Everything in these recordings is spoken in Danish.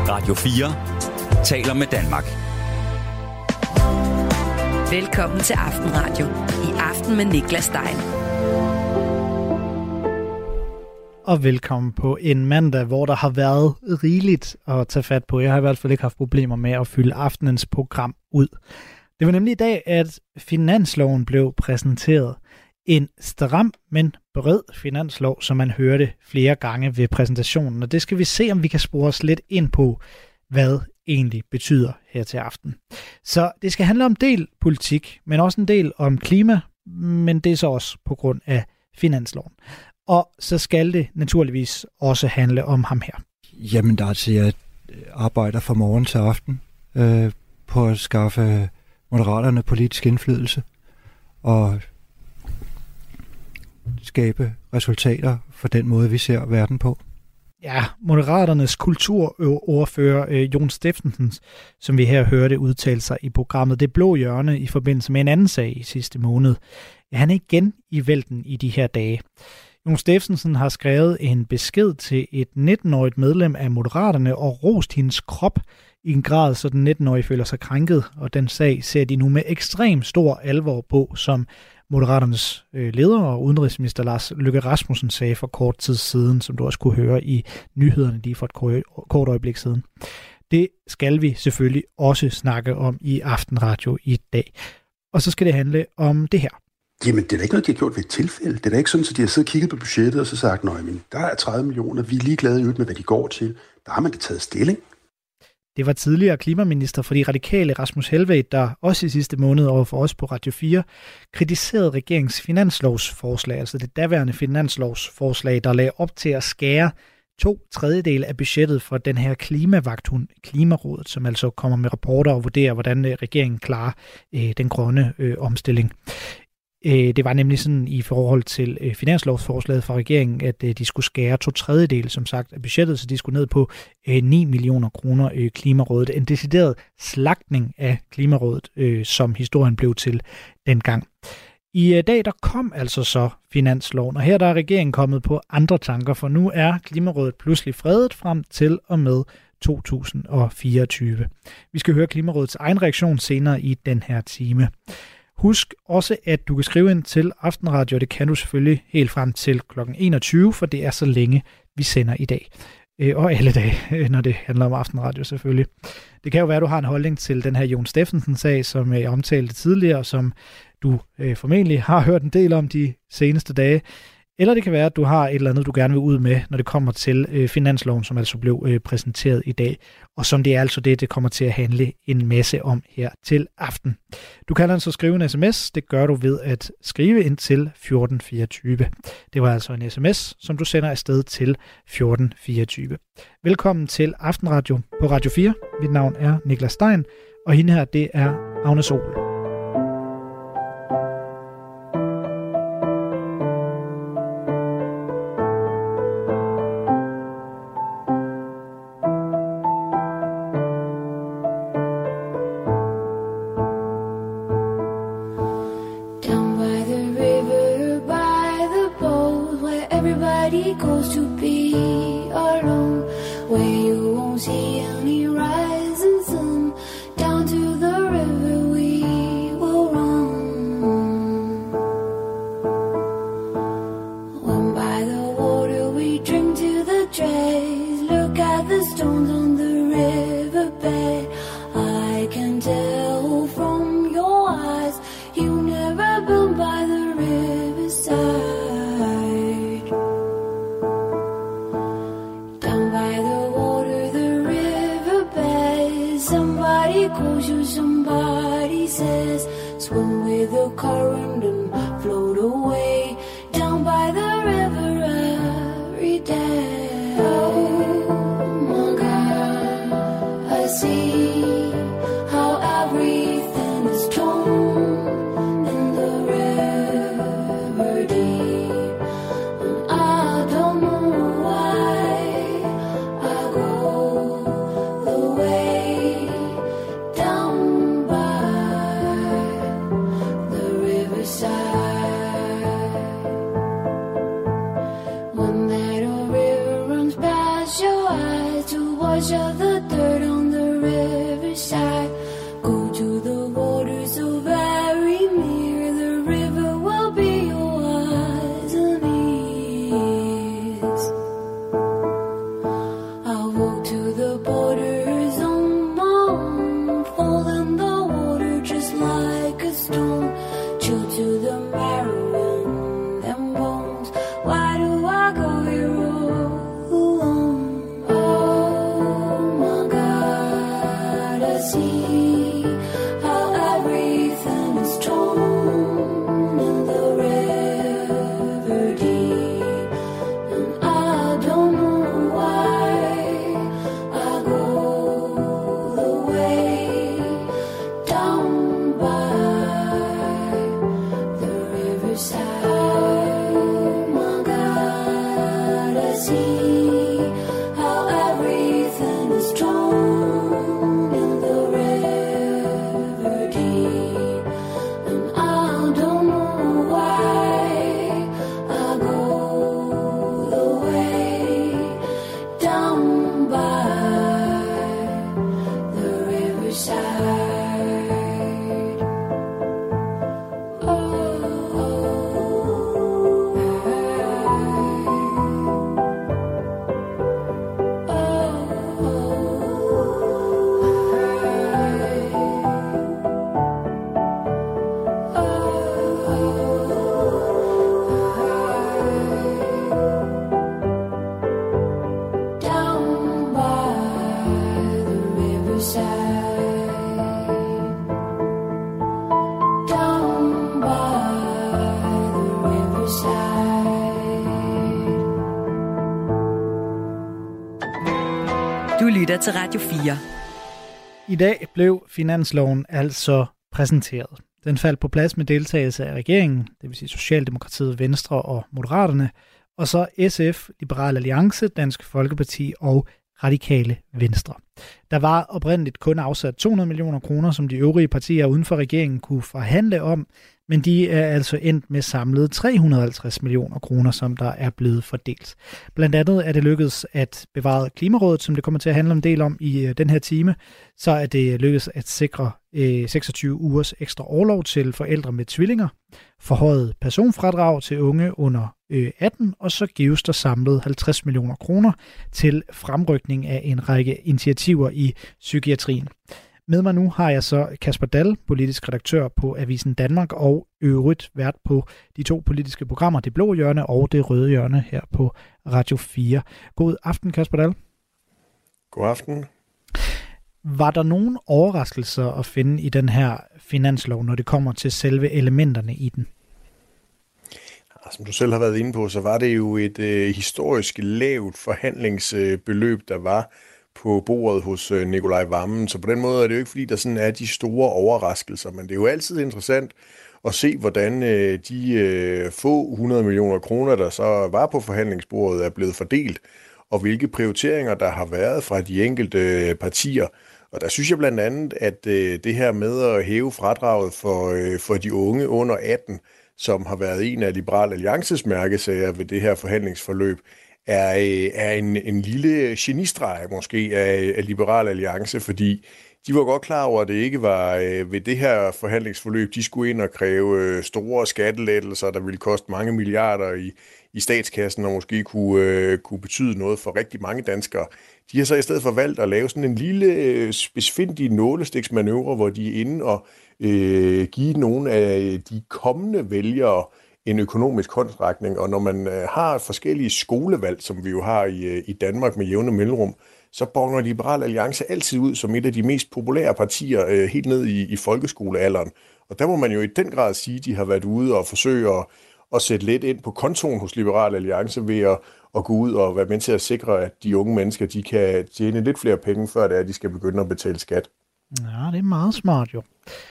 Radio 4 taler med Danmark. Velkommen til Aftenradio. I aften med Niklas Stein. Og velkommen på en mandag, hvor der har været rigeligt at tage fat på. Jeg har i hvert fald ikke haft problemer med at fylde aftenens program ud. Det var nemlig i dag, at finansloven blev præsenteret. En stram, men bred finanslov, som man hørte flere gange ved præsentationen. Og det skal vi se, om vi kan spore os lidt ind på, hvad egentlig betyder her til aften. Så det skal handle om del politik, men også en del om klima, men det er så også på grund af finansloven. Og så skal det naturligvis også handle om ham her. Jamen, der er jeg arbejder fra morgen til aften på at skaffe Moderaterne politisk indflydelse og skabe resultater for den måde, vi ser verden på. Ja, Moderaternes kulturordfører Jon Steffensen, som vi her hørte udtale sig i programmet Det Blå Hjørne i forbindelse med en anden sag i sidste måned. Ja, han er igen i vælten i de her dage. Jon Steffensen har skrevet en besked til et 19-årigt medlem af Moderaterne og rost hendes krop i en grad, så den 19-årige føler sig krænket, og den sag ser de nu med ekstrem stor alvor på, som Moderaternes leder og udenrigsminister Lars Løkke Rasmussen sagde for kort tid siden, som du også kunne høre i nyhederne lige for et kort øjeblik siden. Det skal vi selvfølgelig også snakke om i Aftenradio i dag. Og så skal det handle om det her. Jamen, det er da ikke noget, de har gjort ved et tilfælde. Det er da ikke sådan, at de har siddet og kigget på budgettet og så sagt, nej, men der er 30 millioner, vi er ligeglade ud med, hvad de går til. Der har man da taget stilling. Det var tidligere klimaminister for de radikale Rasmus Helveg, der også i sidste måned over for os på Radio 4 kritiserede regeringens finanslovsforslag, altså det daværende finanslovsforslag, der lagde op til at skære 2/3 af budgettet for den her klimavagthund, Klimarådet, som altså kommer med rapporter og vurderer, hvordan regeringen klarer den grønne omstilling. Det var nemlig sådan i forhold til finanslovsforslaget fra regeringen, at de skulle skære 2/3, som sagt, af budgettet, så de skulle ned på 9 millioner kroner i Klimarådet. En decideret slagtning af Klimarådet, som historien blev til dengang. I dag der kom altså så finansloven, og her der er regeringen kommet på andre tanker, for nu er Klimarådet pludselig fredet frem til og med 2024. Vi skal høre Klimarådets egen reaktion senere i den her time. Husk også, at du kan skrive ind til Aftenradio, og det kan du selvfølgelig helt frem til kl. 21, for det er så længe, vi sender i dag. Og alle dage, når det handler om Aftenradio selvfølgelig. Det kan jo være, at du har en holdning til den her Jon Steffensen-sag, som jeg omtalte tidligere, som du formentlig har hørt en del om de seneste dage. Eller det kan være, at du har et eller andet, du gerne vil ud med, når det kommer til finansloven, som altså blev præsenteret i dag. Og som det er altså det kommer til at handle en masse om her til aften. Du kan altså skrive en sms. Det gør du ved at skrive ind til 1424. Det var altså en sms, som du sender afsted til 1424. Velkommen til Aftenradio på Radio 4. Mit navn er Niklas Stein, og hende her, det er Agnes Sol. wash of the dirt. Du lytter til Radio 4. I dag blev finansloven altså præsenteret. Den faldt på plads med deltagelse af regeringen, det vil sige Socialdemokratiet, Venstre og Moderaterne, og så SF, Liberal Alliance, Dansk Folkeparti og Radikale Venstre. Der var oprindeligt kun afsat 200 millioner kroner, som de øvrige partier uden for regeringen kunne forhandle om, men de er altså endt med samlet 350 millioner kroner, som der er blevet fordelt. Blandt andet er det lykkedes at bevare Klimarådet, som det kommer til at handle en del om i den her time. Så er det lykkedes at sikre 26 ugers ekstra orlov til forældre med tvillinger, forhøjet personfradrag til unge under 18, og så gives der samlet 50 millioner kroner til fremrykning af en række initiativer i psykiatrien. Med mig nu har jeg så Kasper Dahl, politisk redaktør på Avisen Danmark, og øvrigt vært på de to politiske programmer, Det Blå Hjørne og Det Røde Hjørne her på Radio 4. God aften, Kasper Dahl. God aften. Var der nogen overraskelser at finde i den her finanslov, når det kommer til selve elementerne i den? Som du selv har været inde på, så var det jo et historisk lavt forhandlingsbeløb, der var på bordet hos Nicolai Wammen. Så på den måde er det jo ikke, fordi der sådan er de store overraskelser, men det er jo altid interessant at se, hvordan de få 100 millioner kroner, der så var på forhandlingsbordet, er blevet fordelt, og hvilke prioriteringer der har været fra de enkelte partier. Og der synes jeg blandt andet, at det her med at hæve fradraget for de unge under 18, som har været en af Liberal Alliances mærkesager ved det her forhandlingsforløb, er en lille genistreg måske af Liberal Alliance, fordi de var godt klar over, at det ikke var ved det her forhandlingsforløb, de skulle ind og kræve store skattelettelser, der ville koste mange milliarder i statskassen og måske kunne betyde noget for rigtig mange danskere. De har så i stedet for valgt at lave sådan en lille spidsfindig nålestiksmanøvre, hvor de er inde og give nogle af de kommende vælgere en økonomisk håndsrækning, og når man har forskellige skolevalg, som vi jo har i Danmark med jævne mellemrum, så bonger Liberal Alliance altid ud som et af de mest populære partier helt ned i folkeskolealderen. Og der må man jo i den grad sige, at de har været ude og forsøge at sætte lidt ind på kontoen hos Liberal Alliance ved at gå ud og være med til at sikre, at de unge mennesker de kan tjene lidt flere penge, før det er, at de skal begynde at betale skat. Ja, det er meget smart jo.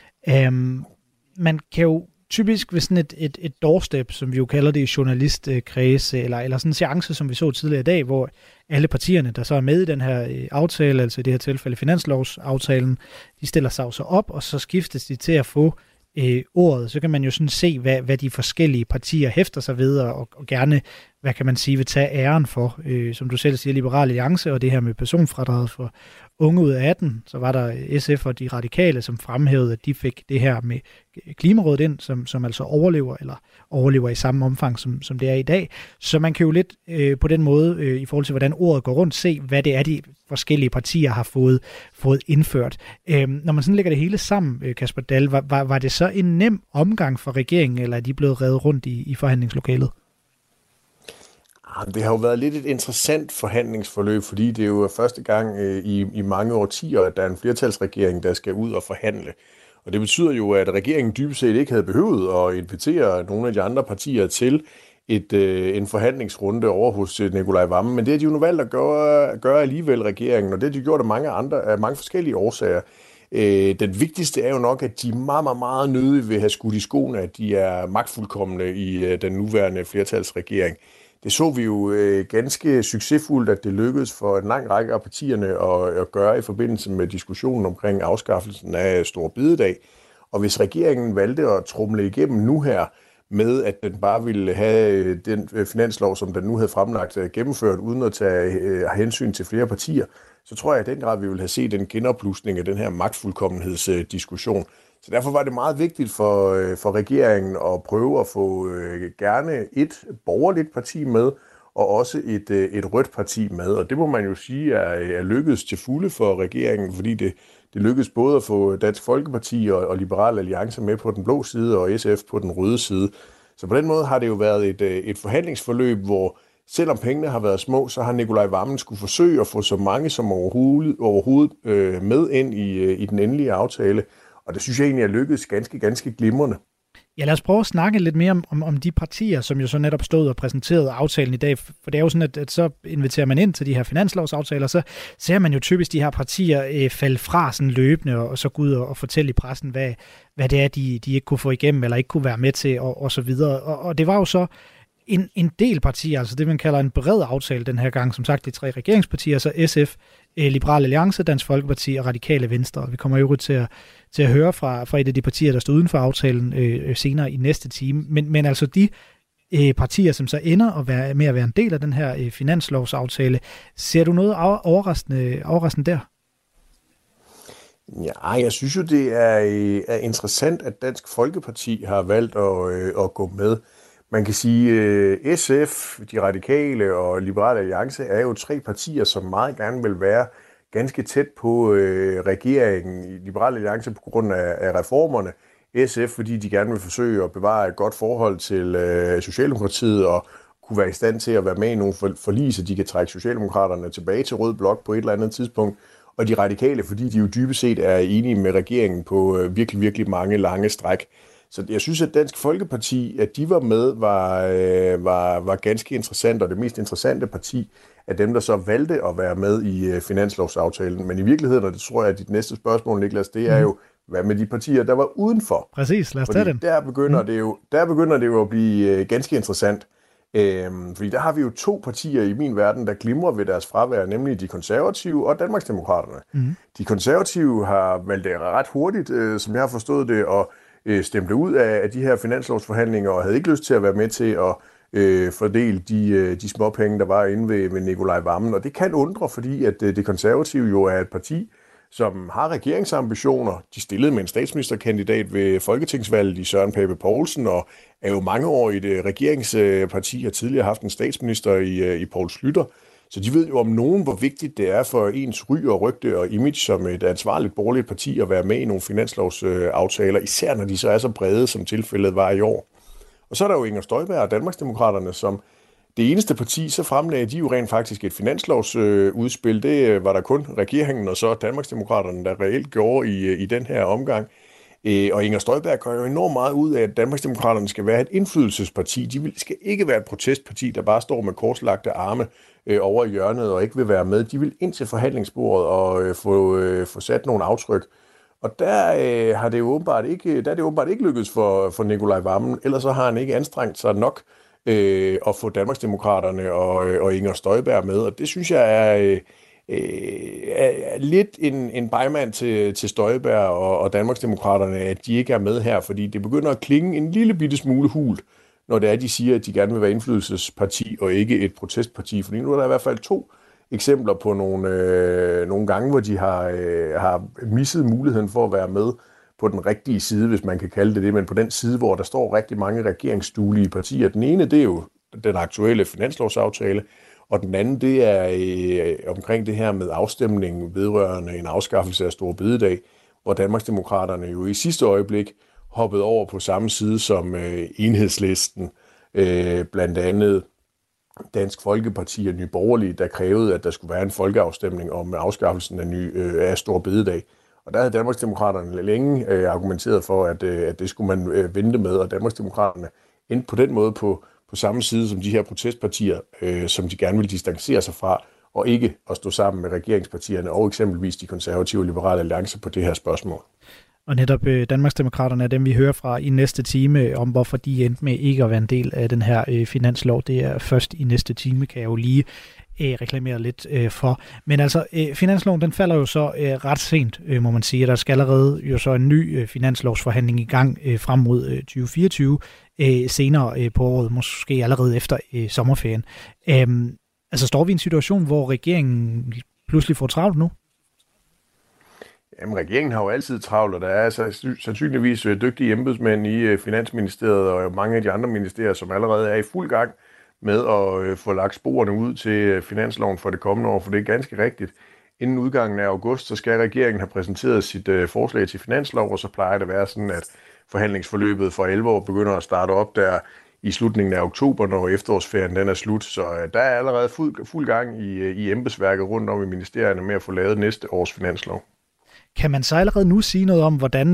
Man kan jo typisk ved sådan et doorstep, som vi jo kalder det i journalistkredse, eller sådan en seance, som vi så tidligere i dag, hvor alle partierne, der så er med i den her aftale, altså i det her tilfælde finanslovsaftalen, de stiller sig så op, og så skiftes de til at få ordet. Så kan man jo sådan se, hvad de forskellige partier hæfter sig ved, og gerne, hvad kan man sige, vil tage æren for. Som du selv siger, Liberal Alliance, og det her med personfradraget for unge ud af 18, så var der SF og de radikale, som fremhævede, at de fik det her med Klimarådet ind, som altså overlever i samme omfang, som det er i dag. Så man kan jo lidt på den måde, i forhold til hvordan ordet går rundt, se, hvad det er, de forskellige partier har fået indført. Når man sådan lægger det hele sammen, Kasper Dahl, var det så en nem omgang for regeringen, eller er de blevet revet rundt i forhandlingslokalet? Det har jo været lidt et interessant forhandlingsforløb, fordi det er jo første gang i mange årtier, at der er en flertalsregering, der skal ud og forhandle. Og det betyder jo, at regeringen dybest set ikke havde behøvet at invitere nogle af de andre partier til en forhandlingsrunde over hos Nicolai Wammen. Men det har de jo nu valgt at gøre alligevel regeringen, og det har de gjort af mange forskellige årsager. Den vigtigste er jo nok, at de meget, meget, meget nødige vil have skudt i skoene, at de er magtfuldkomne i den nuværende flertalsregering. Det så vi jo ganske succesfuldt, at det lykkedes for en lang række af partierne at gøre i forbindelse med diskussionen omkring afskaffelsen af Store Bededag. Og hvis regeringen valgte at tromle igennem nu her, med at den bare ville have den finanslov, som den nu havde fremlagt, gennemført, uden at tage hensyn til flere partier, så tror jeg i den grad, vi ville have set en genopblusning af den her magtfuldkommenhedsdiskussion. Så derfor var det meget vigtigt for regeringen at prøve at få gerne et borgerligt parti med, og også et rødt parti med. Og det må man jo sige er lykkedes til fulde for regeringen, fordi det lykkedes både at få Dansk Folkeparti og Liberal Alliance med på den blå side, og SF på den røde side. Så på den måde har det jo været et forhandlingsforløb, hvor selvom pengene har været små, så har Nicolai Wammen skulle forsøge at få så mange som overhovedet med ind i den endelige aftale. Og det synes jeg egentlig er lykkedes ganske glimrende. Ja, lad os prøve at snakke lidt mere om de partier, som jo så netop stod og præsenterede aftalen i dag. For det er jo sådan, at så inviterer man ind til de her finanslovsaftaler, så ser man jo typisk de her partier falde fra sådan løbende, og så gå ud og fortælle i pressen, hvad det er, de ikke kunne få igennem, eller ikke kunne være med til, og så videre. Og det var jo så en del partier, altså det man kalder en bred aftale den her gang, som sagt de 3 regeringspartier, så SF, Liberal Alliance, Dansk Folkeparti og Radikale Venstre. Og vi kommer jo til at høre fra et af de partier, der stod uden for aftalen senere i næste time. Men altså de partier, som så ender med at være en del af den her finanslovsaftale, ser du noget overraskende der? Ja, jeg synes jo, det er interessant, at Dansk Folkeparti har valgt at gå med. Man kan sige, SF, de radikale og Liberal Alliance er jo 3 partier, som meget gerne vil være ganske tæt på regeringen. Liberal Alliance på grund af reformerne. SF, fordi de gerne vil forsøge at bevare et godt forhold til Socialdemokratiet og kunne være i stand til at være med i nogle forlig, så de kan trække Socialdemokraterne tilbage til rød blok på et eller andet tidspunkt. Og de radikale, fordi de jo dybest set er enige med regeringen på virkelig mange lange stræk. Så jeg synes, at Dansk Folkeparti, at de var med, var ganske interessant, og det mest interessante parti af dem, der så valgte at være med i finanslovsaftalen. Men i virkeligheden, og det tror jeg, at dit næste spørgsmål, Niklas, det er jo, hvad med de partier, der var udenfor? Præcis, lad os tage dem. Der begynder det jo at blive ganske interessant. Fordi der har vi jo 2 partier i min verden, der glimrer ved deres fravær, nemlig de konservative og Danmarksdemokraterne. De konservative har valgt ret hurtigt, som jeg har forstået det, og stemte ud af de her finanslovsforhandlinger og havde ikke lyst til at være med til at fordele de små penge, der var inde ved Nicolai Wammen. Og det kan undre, fordi at det konservative jo er et parti, som har regeringsambitioner. De stillede med en statsministerkandidat ved folketingsvalget i Søren Pape Poulsen, og er jo mange år i det regeringsparti, har tidligere haft en statsminister i Poul Schlüter. Så de ved jo om nogen, hvor vigtigt det er for ens ry og rygte og image som et ansvarligt borgerligt parti at være med i nogle finanslovsaftaler, især når de så er så brede, som tilfældet var i år. Og så er der jo Inger Støjberg og Danmarksdemokraterne, som det eneste parti, så fremlagde de jo rent faktisk et finanslovsudspil. Det var der kun regeringen og så Danmarksdemokraterne, der reelt gjorde i den her omgang. Og Inger Støjberg gør jo enormt meget ud af, at Danmarksdemokraterne skal være et indflydelsesparti. De skal ikke være et protestparti, der bare står med korslagte arme over i hjørnet og ikke vil være med. De vil ind til forhandlingsbordet og få sat nogle aftryk. Og der er det åbenbart ikke lykkedes for Nicolai Wammen, ellers så har han ikke anstrengt sig nok at få Danmarksdemokraterne og Inger Støjberg med. Og det synes jeg er lidt en bejmand til Støjberg og Danmarksdemokraterne, at de ikke er med her, fordi det begynder at klinge en lille bitte smule hult, når det er, de siger, at de gerne vil være indflydelsesparti og ikke et protestparti. Fordi nu er der i hvert fald 2 eksempler på nogle gange, hvor de har misset muligheden for at være med på den rigtige side, hvis man kan kalde det, men på den side, hvor der står rigtig mange regeringsduelige partier. Den ene, det er jo den aktuelle finanslovsaftale, og den anden, det er omkring det her med afstemningen vedrørende en afskaffelse af Store Bededag, hvor Danmarksdemokraterne jo i sidste øjeblik hoppede over på samme side som Enhedslisten, blandt andet Dansk Folkeparti og Nye Borgerlige, der krævede, at der skulle være en folkeafstemning om afskaffelsen af Store Bededag. Og der havde Danmarksdemokraterne længe argumenteret for, at det skulle man vente med, og Danmarksdemokraterne endte på den måde på samme side som de her protestpartier, som de gerne vil distancere sig fra, og ikke at stå sammen med regeringspartierne og eksempelvis de konservative og liberale alliancer på det her spørgsmål. Og netop Danmarksdemokraterne er dem, vi hører fra i næste time, om hvorfor de endte med ikke at være en del af den her finanslov. Det er først i næste time, kan jeg jo lige reklamere lidt for. Men altså, finansloven, den falder jo så ret sent, må man sige. Der skal allerede jo så en ny finanslovsforhandling i gang frem mod 2024, senere på året, måske allerede efter sommerferien. Altså, står vi i en situation, hvor regeringen pludselig får travlt nu? Jamen, regeringen har jo altid travlt, og der er sandsynligvis dygtige embedsmænd i Finansministeriet og mange af de andre ministerier, som allerede er i fuld gang med at få lagt sporene ud til finansloven for det kommende år, for det er ganske rigtigt. Inden udgangen af august, så skal regeringen have præsenteret sit forslag til finanslov, og så plejer det at være sådan, at forhandlingsforløbet for 11 år begynder at starte op der i slutningen af oktober, når efterårsferien den er slut. Så der er allerede fuld gang i embedsværket rundt om i ministerierne med at få lavet næste års finanslov. Kan man så allerede nu sige noget om,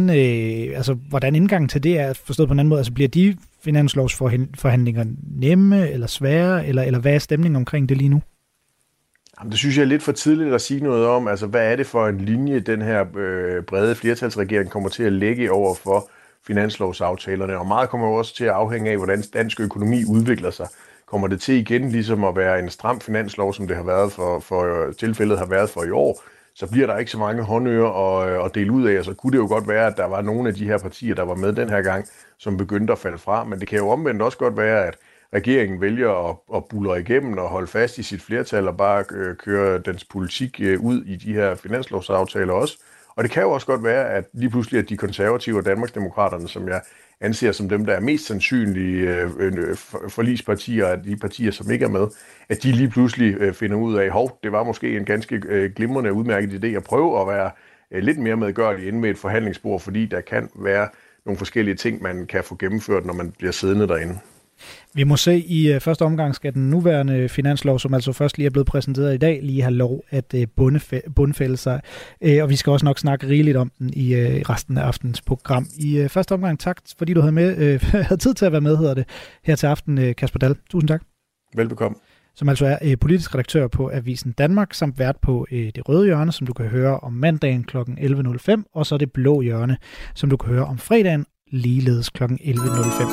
hvordan indgangen til det er forstået på en anden måde? Altså bliver de finanslovsforhandlinger nemme eller svære, eller hvad er stemningen omkring det lige nu? Jamen, det synes jeg er lidt for tidligt at sige noget om. Altså, hvad er det for en linje, den her brede flertalsregering kommer til at lægge over for finanslovsaftalerne? Og meget kommer jo også til at afhænge af, hvordan dansk økonomi udvikler sig. Kommer det til igen ligesom at være en stram finanslov, som det har været for tilfældet har været for i år, så bliver der ikke så mange håndører at dele ud af, og så kunne det jo godt være, at der var nogle af de her partier, der var med den her gang, som begyndte at falde fra. Men det kan jo omvendt også godt være, at regeringen vælger at buldre igennem og holde fast i sit flertal og bare køre dens politik ud i de her finanslovsaftaler også. Og det kan jo også godt være, at lige pludselig at de konservative og Danmarksdemokraterne, som jeg anser som dem, der er mest sandsynlige forligspartier af de partier, som ikke er med, at de lige pludselig finder ud af, det var måske en ganske glimrende og udmærket idé at prøve at være lidt mere medgørlig inde med et forhandlingsbord, fordi der kan være nogle forskellige ting, man kan få gennemført, når man bliver siddende derinde. Vi må se, i første omgang skal den nuværende finanslov, som altså først lige er blevet præsenteret i dag, lige have lov at bundfælde sig. Og vi skal også nok snakke rigeligt om den i resten af aftens program. I første omgang tak, fordi du havde tid til at være med, her til aften, Kasper Dahl. Tusind tak. Velbekomme. Som altså er politisk redaktør på Avisen Danmark, samt vært på Det Røde Hjørne, som du kan høre om mandagen kl. 11.05, og så Det Blå Hjørne, som du kan høre om fredagen, ligeledes kl. 11.05.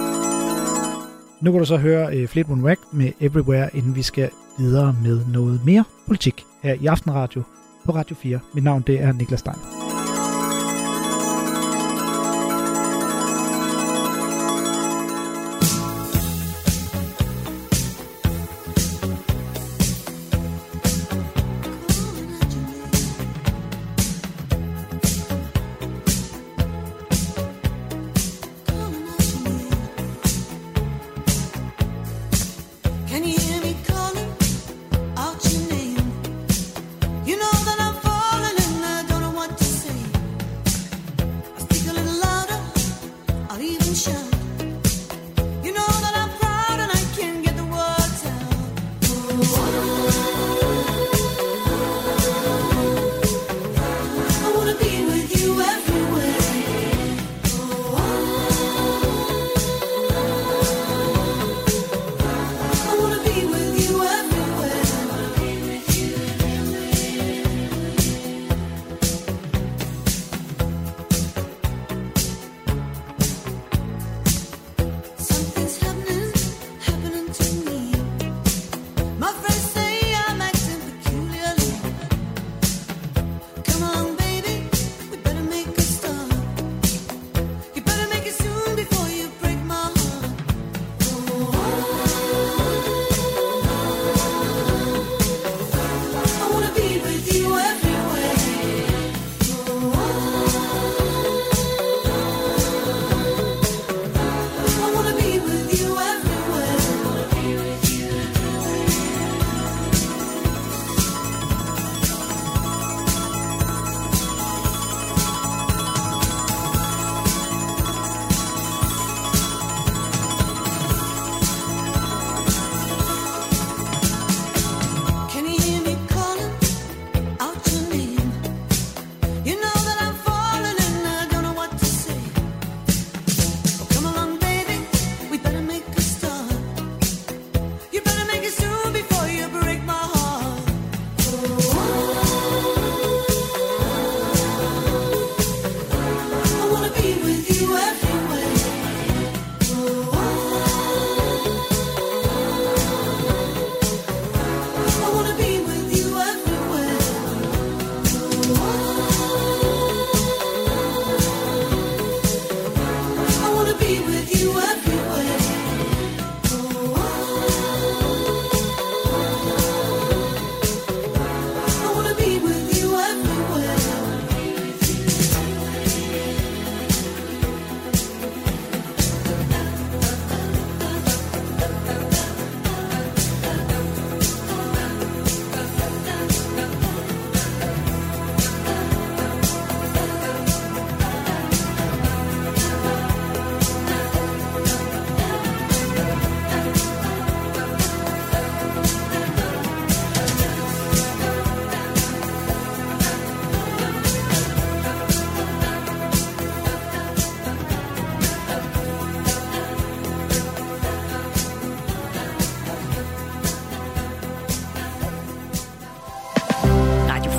Nu kan du så høre Fleetwood Mac med Everywhere, inden vi skal videre med noget mere politik her i Aftenradio på Radio 4. Mit navn det er Niklas Stein. Say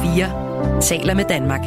4 taler med Danmark.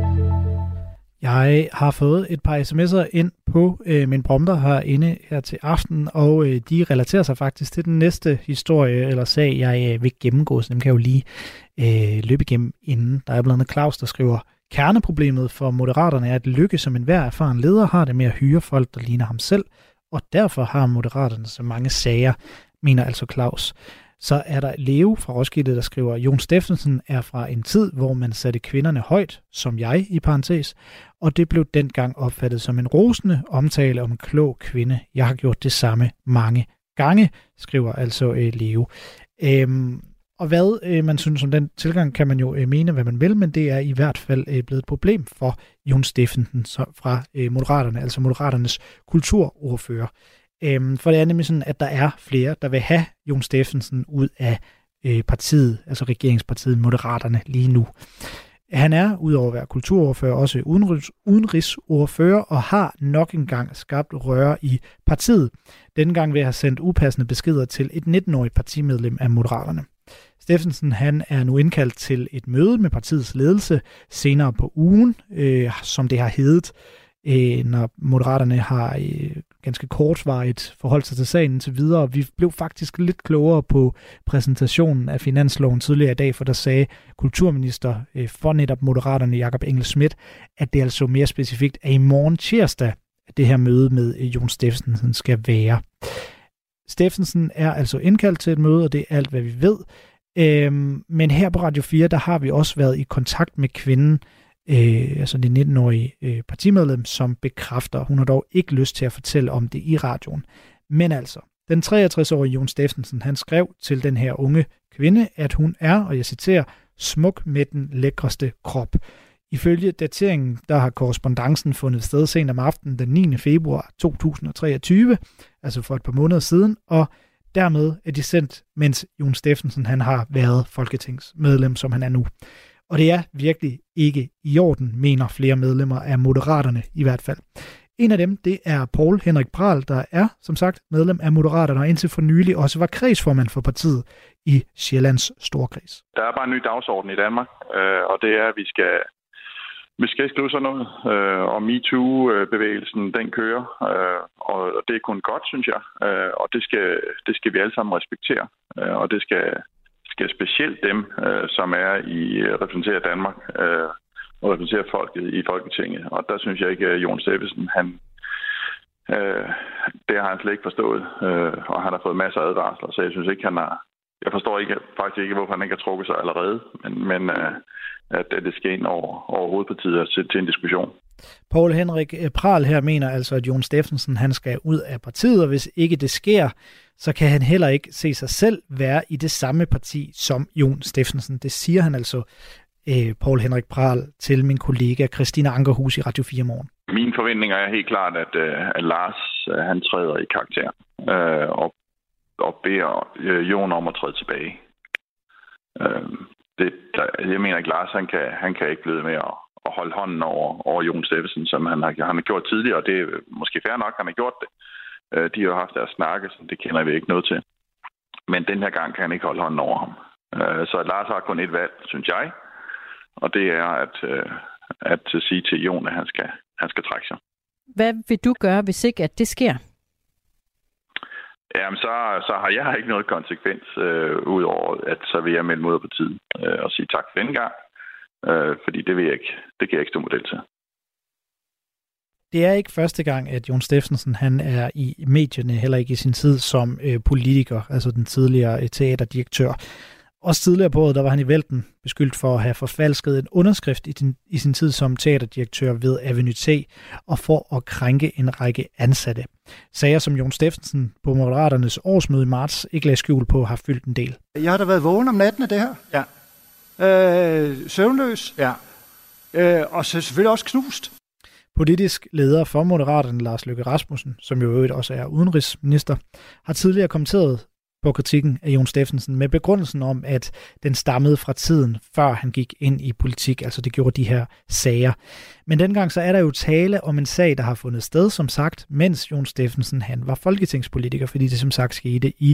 Jeg har fået et par sms'er ind på min prompter herinde her til aften, og de relaterer sig faktisk til den næste historie eller sag, jeg vil gennemgå, så dem kan jeg jo lige løbe igennem inden. Der er blandt andet Claus, der skriver: kerneproblemet for Moderaterne er, at Løkke som enhver erfaren leder har det med at hyre folk, der ligner ham selv, og derfor har Moderaterne så mange sager, mener altså Claus. Så er der Leo fra Roskilde, der skriver: Jon Steffensen er fra en tid, hvor man satte kvinderne højt, som jeg i parentes, og det blev dengang opfattet som en rosende omtale om en klog kvinde. Jeg har gjort det samme mange gange, skriver altså Leo. Og hvad man synes om den tilgang, kan man jo mene, hvad man vil, men det er i hvert fald blevet et problem for Jon Steffensen fra Moderaterne, altså Moderaternes kulturordfører. For det er nemlig sådan, at der er flere, der vil have Jon Steffensen ud af partiet, altså regeringspartiet Moderaterne lige nu. Han er, udover at være kulturordfører, også udenrigsordfører og har nok engang skabt røre i partiet. Denne gang vil jeg have sendt upassende beskeder til et 19-årigt partimedlem af Moderaterne. Steffensen, han er nu indkaldt til et møde med partiets ledelse senere på ugen, som det har heddet, når Moderaterne har ganske kortvarigt forholdt sig til sagen til videre. Vi blev faktisk lidt klogere på præsentationen af finansloven tidligere i dag, for der sagde kulturminister for netop Moderaterne, Jakob Engel-Schmidt, at det altså mere specifikt er i morgen tirsdag, at det her møde med Jon Steffensen skal være. Steffensen er altså indkaldt til et møde, og det er alt, hvad vi ved. Men her på Radio 4, der har vi også været i kontakt med kvinden, altså det 19-årige partimedlem, som bekræfter. Hun har dog ikke lyst til at fortælle om det i radioen. Men altså, den 63-årige Jon Steffensen, han skrev til den her unge kvinde, at hun er, og jeg citerer, smuk med den lækreste krop. Ifølge dateringen, der har korrespondancen fundet sted sent om aftenen den 9. februar 2023, altså for et par måneder siden, og dermed er de sendt, mens Jon Steffensen han har været folketingsmedlem, som han er nu. Og det er virkelig ikke i orden, mener flere medlemmer af Moderaterne i hvert fald. En af dem, det er Poul Henrik Prahl, der er, som sagt, medlem af Moderaterne, og indtil for nylig også var kredsformand for partiet i Sjællands Storkreds. Der er bare en ny dagsorden i Danmark, og det er, at vi skal skrive sådan noget, og MeToo-bevægelsen, den kører, og det er kun godt, synes jeg, og det skal vi alle sammen respektere, og det skal specielt dem, som repræsenterer Danmark og repræsenterer folket i Folketinget. Og der synes jeg ikke, at Jon Steffensen, det har han slet ikke forstået, og han har fået masser af advarsler, så jeg synes ikke, jeg forstår faktisk ikke, hvorfor han ikke har trukket sig allerede, men at det skal ind over hovedpartiet til en diskussion. Poul Henrik Prahl her mener altså, at Jon Steffensen han skal ud af partiet, og hvis ikke det sker, så kan han heller ikke se sig selv være i det samme parti som Jon Steffensen. Det siger han altså, Poul Henrik Prahl, til min kollega Christina Ankerhus i Radio 4 Morgen. Mine forventninger er helt klart, at Lars han træder i karakter og beder Jon om at træde tilbage. Jeg mener ikke, Lars han kan ikke blive med at holde hånden over Jon Steffensen, som han har gjort tidligere, og det er måske fair nok, han har gjort det. De har jo haft deres snakke, så det kender vi ikke noget til. Men den her gang kan han ikke holde hånden over ham. Så Lars har kun et valg, synes jeg, og det er at sige til Jon, at han skal trække sig. Hvad vil du gøre, hvis ikke at det sker? Jamen, så har jeg ikke noget konsekvens, udover at så vil jeg melde mod på tiden og sige tak for denne gang, fordi det kan jeg ikke stå model til. Det er ikke første gang, at Jon Steffensen han er i medierne, heller ikke i sin tid som politiker, altså den tidligere teaterdirektør. Også tidligere på året, der var han i vælten beskyldt for at have forfalsket en underskrift i sin tid som teaterdirektør ved Avenue T, og for at krænke en række ansatte. Sager som Jon Steffensen på Moderaternes årsmøde i marts ikke lagde skjul på, har fyldt en del. Jeg har da været vågen om natten af det her. Ja. Søvnløs. Ja. Og så selvfølgelig også knust. Politisk leder for Moderaterne, Lars Løkke Rasmussen, som jo øvrigt også er udenrigsminister, har tidligere kommenteret på kritikken af Jon Steffensen med begrundelsen om, at den stammede fra tiden, før han gik ind i politik, altså det gjorde de her sager. Men dengang så er der jo tale om en sag, der har fundet sted, som sagt, mens Jon Steffensen han var folketingspolitiker, fordi det som sagt skete i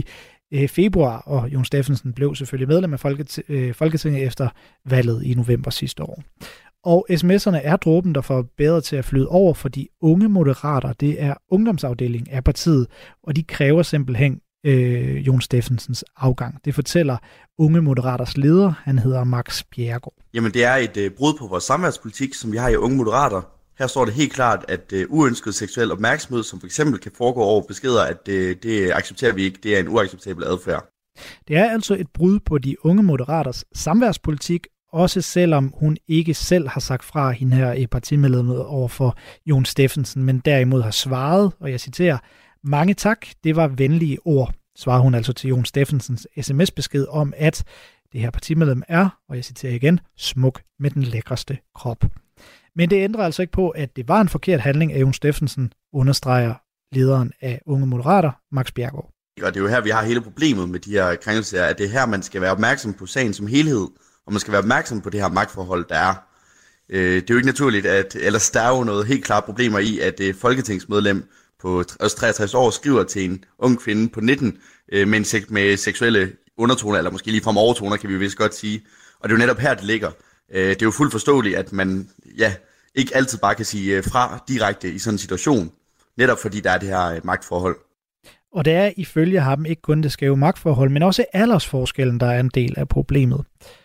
februar, og Jon Steffensen blev selvfølgelig medlem af Folketinget efter valget i november sidste år. Og sms'erne er dråben, der får bedre til at flyde over, for de unge moderater, det er ungdomsafdelingen af partiet, og de kræver simpelthen Jon Steffensens afgang. Det fortæller Unge Moderaters leder, han hedder Max Bjerregaard. Jamen det er et brud på vores samværspolitik, som vi har i Unge Moderater. Her står det helt klart, at uønsket seksuel opmærksomhed, som f.eks. kan foregå over beskeder, at det accepterer vi ikke. Det er en uacceptabel adfærd. Det er altså et brud på de Unge Moderaters samværspolitik, også selvom hun ikke selv har sagt fra hende her partimedlemmet over for Jon Steffensen, men derimod har svaret, og jeg citerer, mange tak, det var venlige ord, svarer hun altså til Jon Steffensens sms-besked om, at det her partimedlem er, og jeg citerer igen, smuk med den lækreste krop. Men det ændrer altså ikke på, at det var en forkert handling af Jon Steffensen, understreger lederen af Unge Moderater, Max Bjerregaard. Og det er jo her, vi har hele problemet med de her krænkelser, at det er her, man skal være opmærksom på sagen som helhed, og man skal være opmærksom på det her magtforhold, der er. Det er jo ikke naturligt, ellers der er jo noget helt klart problemer i, at folketingsmedlem på 63 år skriver til en ung kvinde på 19 med seksuelle undertoner, eller måske ligefrem overtoner, kan vi vist godt sige. Og det er jo netop her, det ligger. Det er jo fuldt forståeligt, at man ikke altid bare kan sige fra direkte i sådan en situation, netop fordi der er det her magtforhold. Og det er ifølge ham ikke kun det skæve magtforhold, men også aldersforskellen, der er en del af problemet.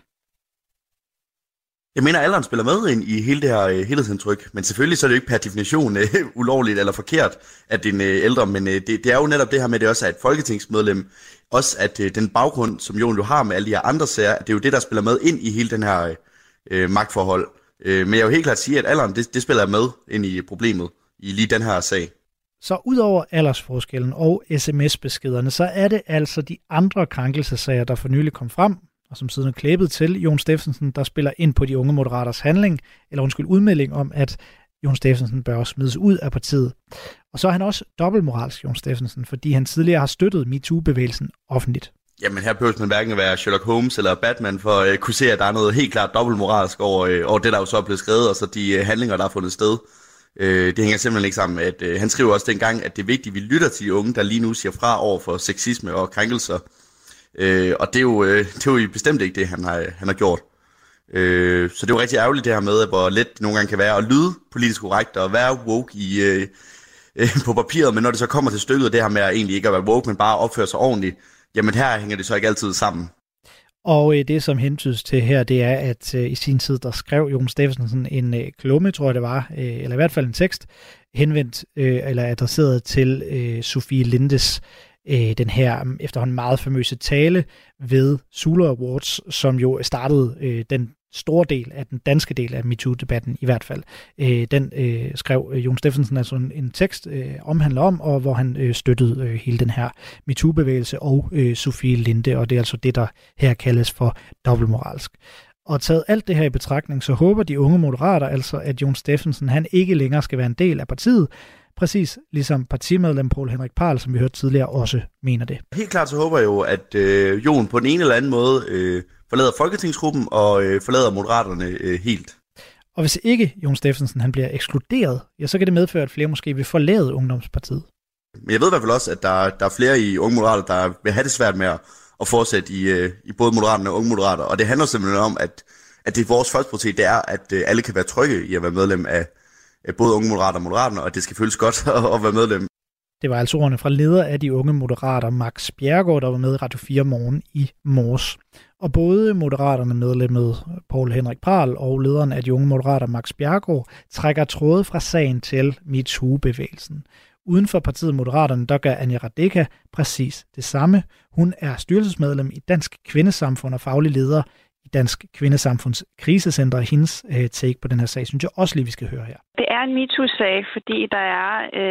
Jeg mener, at alderen spiller med ind i hele det her helhedsindtryk, men selvfølgelig så er det jo ikke per definition ulovligt eller forkert, at det er en ældre, men det er jo netop det her med, at det også er et folketingsmedlem, også at den baggrund, som Jon jo har med alle de her andre sager, det er jo det, der spiller med ind i hele den her magtforhold. Men jeg vil helt klart sige, at alderen, det spiller med ind i problemet i lige den her sag. Så udover aldersforskellen og sms-beskederne, så er det altså de andre krænkelsesager, der for nylig kom frem, og som siden er klæbet til Jon Steffensen, der spiller ind på de Unge Moderaters udmelding om, at Jon Steffensen bør smides ud af partiet. Og så er han også dobbeltmoralsk, Jon Steffensen, fordi han tidligere har støttet MeToo-bevægelsen offentligt. Jamen her behøver man hverken være Sherlock Holmes eller Batman for at kunne se, at der er noget helt klart dobbeltmoralsk over det, der jo så er blevet skrevet, og så de handlinger, der er fundet sted. Det hænger simpelthen ikke sammen. Han skriver også dengang, at det er vigtigt, at vi lytter til de unge, der lige nu siger fra over for sexisme og krænkelser. Og det er jo bestemt ikke det, han har gjort. Så det er jo rigtig ærgerligt det her med, hvor let det nogle gange kan være at lyde politisk korrekt og være woke på papiret, men når det så kommer til stykket, det her med at egentlig ikke at være woke, men bare opføre sig ordentligt, jamen her hænger det så ikke altid sammen. Og det, som hentydes til her, det er, at i sin tid, der skrev Jon Steffensen en klumme, tror jeg det var, eller i hvert fald en tekst, henvendt eller adresseret til Sofie Lindes, den her efterhånden meget famøse tale ved Zulu Awards, som jo startede den store del af den danske del af MeToo-debatten i hvert fald. Den skrev Jon Steffensen altså en tekst omhandler om, og hvor han støttede hele den her MeToo-bevægelse og Sofie Linde, og det er altså det, der her kaldes for dobbeltmoralsk. Og taget alt det her i betragtning, så håber de Unge Moderater altså, at Jon Steffensen han ikke længere skal være en del af partiet, præcis ligesom partimedlem Poul Henrik Parl, som vi hørte tidligere, også mener det. Helt klart så håber jeg jo, at Jon på den ene eller anden måde forlader Folketingsgruppen og forlader Moderaterne helt. Og hvis ikke Jon Steffensen han bliver ekskluderet, ja, så kan det medføre, at flere måske vil forlade Ungdomspartiet. Men jeg ved i hvert fald også, at der er flere i Unge Moderater, der vil have det svært med at fortsætte i både Moderaterne og Unge Moderater. Og det handler simpelthen om, at det er vores førsteprioritet, det er, at alle kan være trygge i at være medlem af både Unge Moderater og Moderaterne, og det skal føles godt at være medlem. Det var altså ordene fra leder af de Unge Moderater, Max Bjerregaard, der var med i Radio 4 Morgen i morges. Og både Moderaterne medlemmet Poul Henrik Parl og lederen af de Unge Moderater, Max Bjerregaard, trækker tråde fra sagen til MeToo-bevægelsen. Uden for partiet Moderaterne, der gør Anja Radeka præcis det samme. Hun er styrelsesmedlem i Dansk Kvindesamfund og faglig leder i Dansk Kvindesamfunds krisecenter. Hendes take på den her sag, synes jeg også lige, vi skal høre her. Det er en MeToo-sag, fordi der er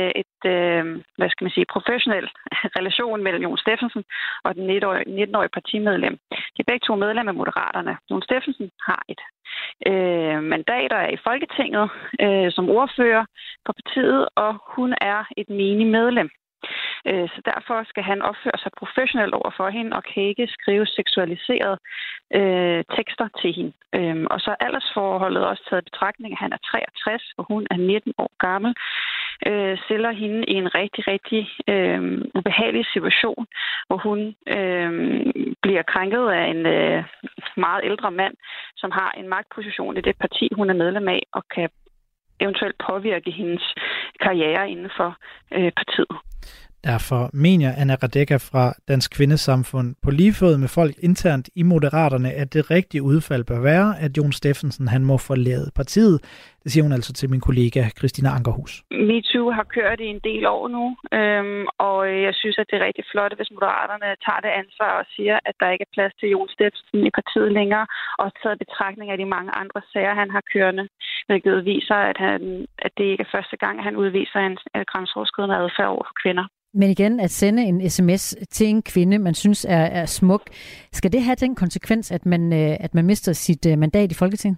professionel relation mellem Jon Steffensen og den 19-årige partimedlem. De er begge to medlemmer af Moderaterne. Jon Steffensen har et mandater i Folketinget som ordfører for partiet, og hun er et menigt medlem. Så derfor skal han opføre sig professionelt over for hende og kan ikke skrive seksualiserede tekster til hende. Og så aldersforholdet også taget i betragtning, at han er 63, og hun er 19 år gammel, stiller hende i en rigtig, rigtig ubehagelig situation, hvor hun bliver krænket af en meget ældre mand, som har en magtposition i det parti, hun er medlem af, og kan eventuelt påvirke hendes karriere inden for partiet. Derfor mener Anna Radeka fra Dansk Kvindesamfund på lige fod med folk internt i Moderaterne, at det rigtige udfald bør være, at Jon Steffensen han må forlade partiet. Det siger hun altså til min kollega Christina Ankerhus. MeToo har kørt i en del år nu, og jeg synes, at det er rigtig flot, hvis Moderaterne tager det ansvar og siger, at der ikke er plads til Jon Steffensen i partiet længere, og taget betragtning af de mange andre sager, han har kørende, hvilket viser, at det ikke er første gang, at han udviser en grænseoverskridende adfærd over for kvinder. Men igen, at sende en sms til en kvinde, man synes er smuk, skal det have den konsekvens, at man mister sit mandat i Folketinget?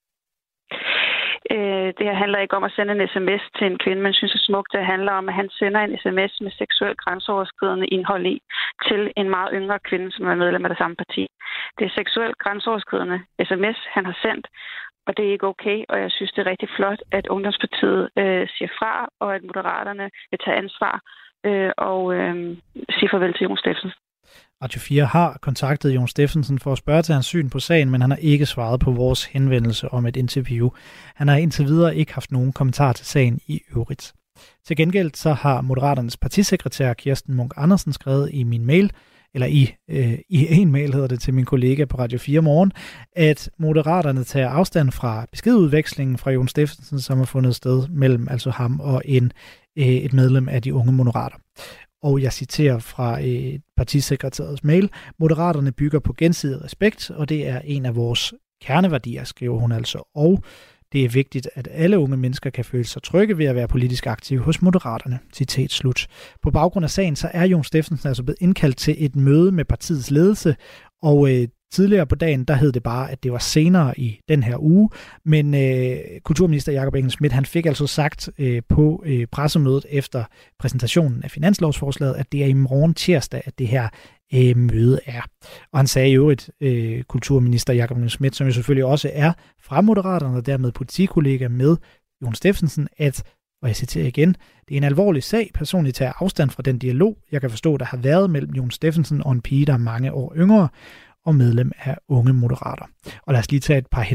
Det her handler ikke om at sende en sms til en kvinde, man synes er smuk. Det handler om, at han sender en sms med seksuelt grænseoverskridende indhold i til en meget yngre kvinde, som er medlem af det samme parti. Det er seksuelt grænseoverskridende sms, han har sendt, og det er ikke okay, og jeg synes, det er rigtig flot, at Ungdomspartiet siger fra, og at Moderaterne vil tage ansvar og sige farvel til Jon Steffensen. Radio 4 har kontaktet Jon Steffensen for at spørge til hans syn på sagen, men han har ikke svaret på vores henvendelse om et interview. Han har indtil videre ikke haft nogen kommentar til sagen i øvrigt. Til gengæld så har Moderaternes partisekretær Kirsten Munk Andersen skrevet i min mail, eller i en mail hedder det til min kollega på Radio 4 Morgen, at Moderaterne tager afstand fra beskedudvekslingen fra Jon Steffensen, som har fundet sted mellem altså ham og et medlem af de unge moderater. Og jeg citerer fra partisekretærets mail: Moderaterne bygger på gensidig respekt, og det er en af vores kerneværdier, skriver hun altså. Og det er vigtigt, at alle unge mennesker kan føle sig trygge ved at være politisk aktive hos Moderaterne. Citat slut. På baggrund af sagen, så er Jon Steffensen altså blevet indkaldt til et møde med partiets ledelse, og tidligere på dagen, der hed det bare, at det var senere i den her uge, men kulturminister Jakob Engel-Schmidt, han fik altså sagt på pressemødet efter præsentationen af finanslovsforslaget, at det er i morgen tirsdag, at det her møde er. Og han sagde i øvrigt, kulturminister Jakob Engel-Schmidt, som jo selvfølgelig også er fra Moderaterne og dermed politikollega med Jon Steffensen, at, og jeg citerer igen, det er en alvorlig sag. Personligt tager afstand fra den dialog, jeg kan forstå, der har været mellem Jon Steffensen og en pige, der er mange år yngre, og medlem af Unge Moderater. Og lad os lige tage et par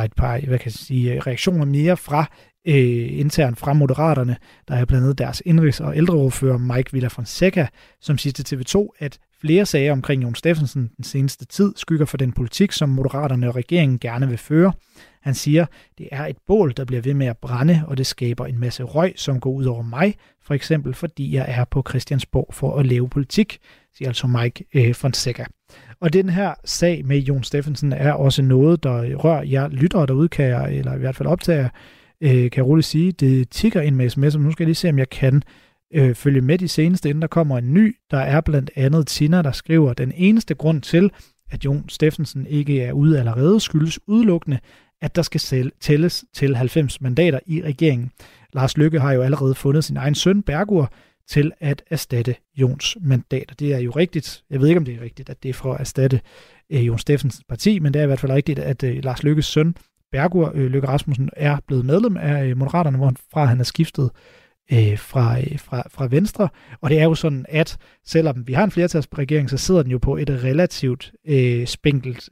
reaktioner mere fra internt fra Moderaterne. Der er blandt andet deres indrigs- og ældreordfører Mike Villa-Fonseca, som siger til TV2, at flere sager omkring Jon Steffensen den seneste tid skygger for den politik, som Moderaterne og regeringen gerne vil føre. Han siger, det er et bål, der bliver ved med at brænde, og det skaber en masse røg, som går ud over mig, for eksempel fordi jeg er på Christiansborg for at lave politik, siger altså Mike Fonseca. Og den her sag med Jon Steffensen er også noget, der rører jer lyttere derude, kan jeg, eller i hvert fald optager, kan jeg roligt sige. Det tikker ind med sms, nu skal jeg lige se, om jeg kan følge med de seneste, inden der kommer en ny. Der er blandt andet Tina, der skriver, den eneste grund til, at Jon Steffensen ikke er ude allerede, skyldes udelukkende, at der skal tælles til 90 mandater i regeringen. Lars Løkke har jo allerede fundet sin egen søn, Bergur, til at erstatte Jons mandater. Det er jo rigtigt. Jeg ved ikke, om det er rigtigt, at det er for at erstatte Jon Steffensens parti, men det er i hvert fald rigtigt, at Lars Løkkes søn, Bergur Løkke Rasmussen, er blevet medlem af Moderaterne, hvorfra han er skiftet fra Venstre. Og det er jo sådan, at selvom vi har en flertalsregering, så sidder den jo på et relativt spinkelt,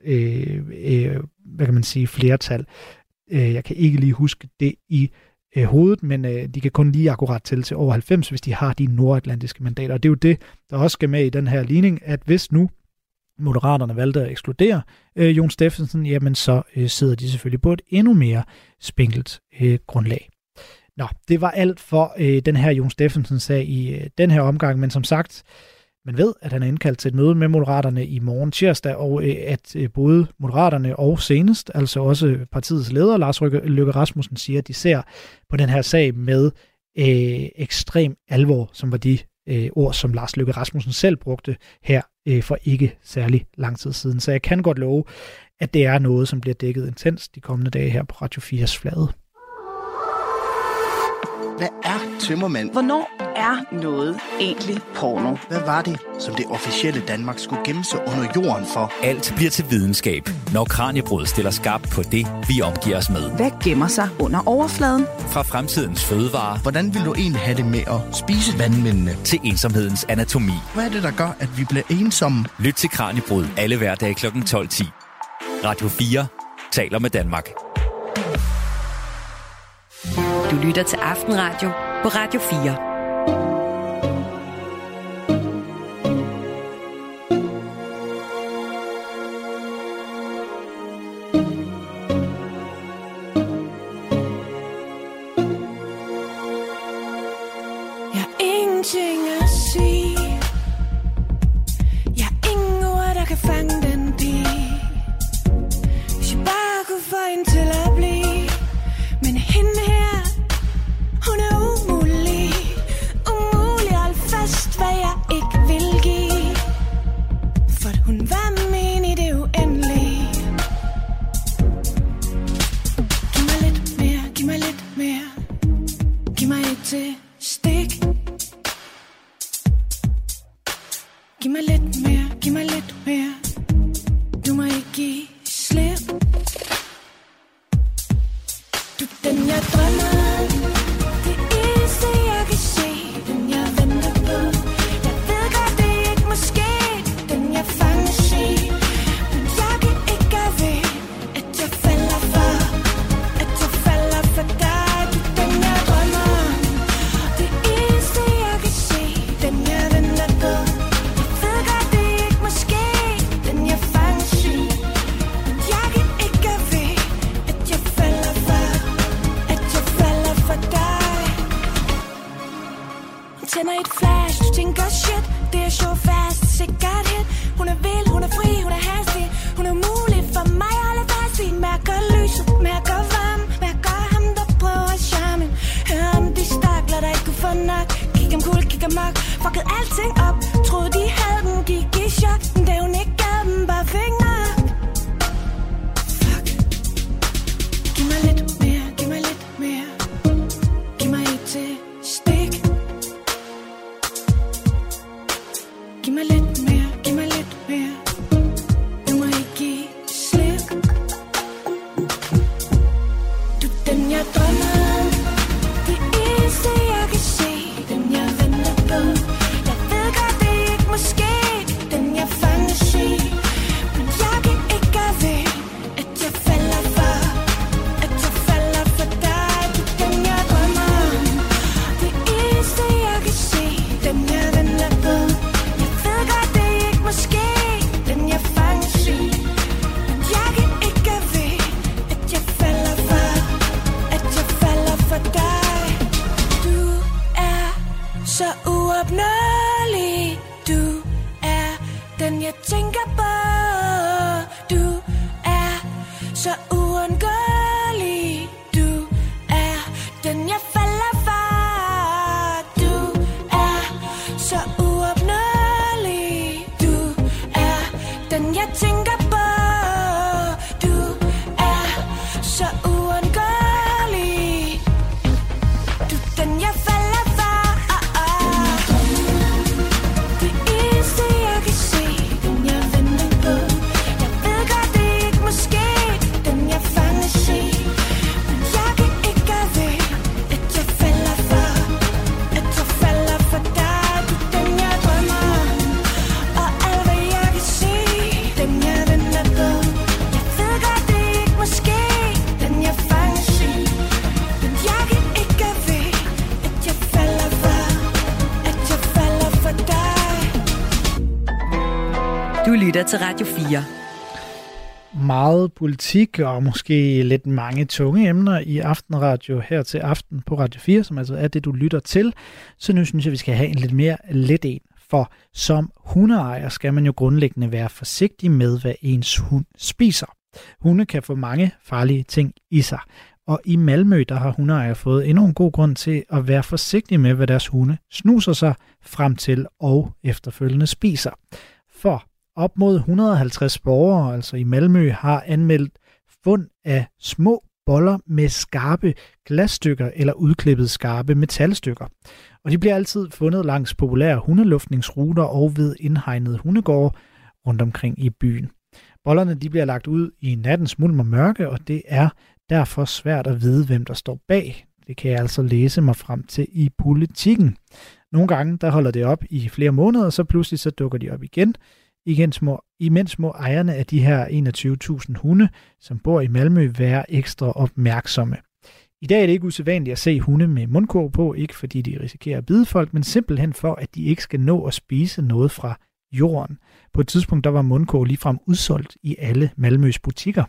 hvad kan man sige, flertal. Jeg kan ikke lige huske det i hovedet, men de kan kun lige akkurat tælle til over 90, hvis de har de nordatlantiske mandater. Og det er jo det, der også skal med i den her ligning, at hvis nu Moderaterne valgte at ekskludere Jon Steffensen, jamen så sidder de selvfølgelig på et endnu mere spinkelt grundlag. Nå, det var alt for den her Jon Steffensen-sag i den her omgang, men som sagt, man ved, at han er indkaldt til et møde med Moderaterne i morgen tirsdag, og at både Moderaterne og senest, altså også partiets leder, Lars Løkke Rasmussen, siger, at de ser på den her sag med ekstrem alvor, som var de ord, som Lars Løkke Rasmussen selv brugte her for ikke særlig lang tid siden. Så jeg kan godt love, at det er noget, som bliver dækket intens de kommende dage her på Radio 4's flade. Hvad er tømmermænd? Hvornår er noget egentlig porno? Hvad var det, som det officielle Danmark skulle gemme sig under jorden for? Alt bliver til videnskab, når Kraniebrud stiller skarpt på det, vi omgiver os med. Hvad gemmer sig under overfladen? Fra fremtidens fødevarer. Hvordan vil du egentlig have det med at spise vandmændene? Til ensomhedens anatomi. Hvad er det, der gør, at vi bliver ensomme? Lyt til Kraniebrud alle hverdage kl. 12:10. Radio 4 taler med Danmark. Du lytter til Aftenradio på Radio 4. Du lytter til Radio 4. Meget politik og måske lidt mange tunge emner i Aftenradio her til aften på Radio 4, som altså er det, du lytter til. Så nu synes jeg, vi skal have en lidt mere let en. For som hundeejer skal man jo grundlæggende være forsigtig med, hvad ens hund spiser. Hunde kan få mange farlige ting i sig. Og i Malmø, der har hundeejere fået endnu en god grund til at være forsigtige med, hvad deres hunde snuser sig frem til og efterfølgende spiser. For op mod 150 borgere, altså i Malmø, har anmeldt fund af små boller med skarpe glasstykker eller udklippet skarpe metalstykker. Og de bliver altid fundet langs populære hundeluftningsruter og ved indhegnede hundegårde rundt omkring i byen. Bollerne de bliver lagt ud i nattens mulm og mørke, og det er derfor svært at vide, hvem der står bag. Det kan jeg altså læse mig frem til i Politikken. Nogle gange der holder det op i flere måneder, og så pludselig så dukker de op igen. Imens må ejerne af de her 21.000 hunde, som bor i Malmø, være ekstra opmærksomme. I dag er det ikke usædvanligt at se hunde med mundkurv på, ikke fordi de risikerer at bide folk, men simpelthen for, at de ikke skal nå at spise noget fra jorden. På et tidspunkt der var mundkurv ligefrem udsolgt i alle Malmøs butikker.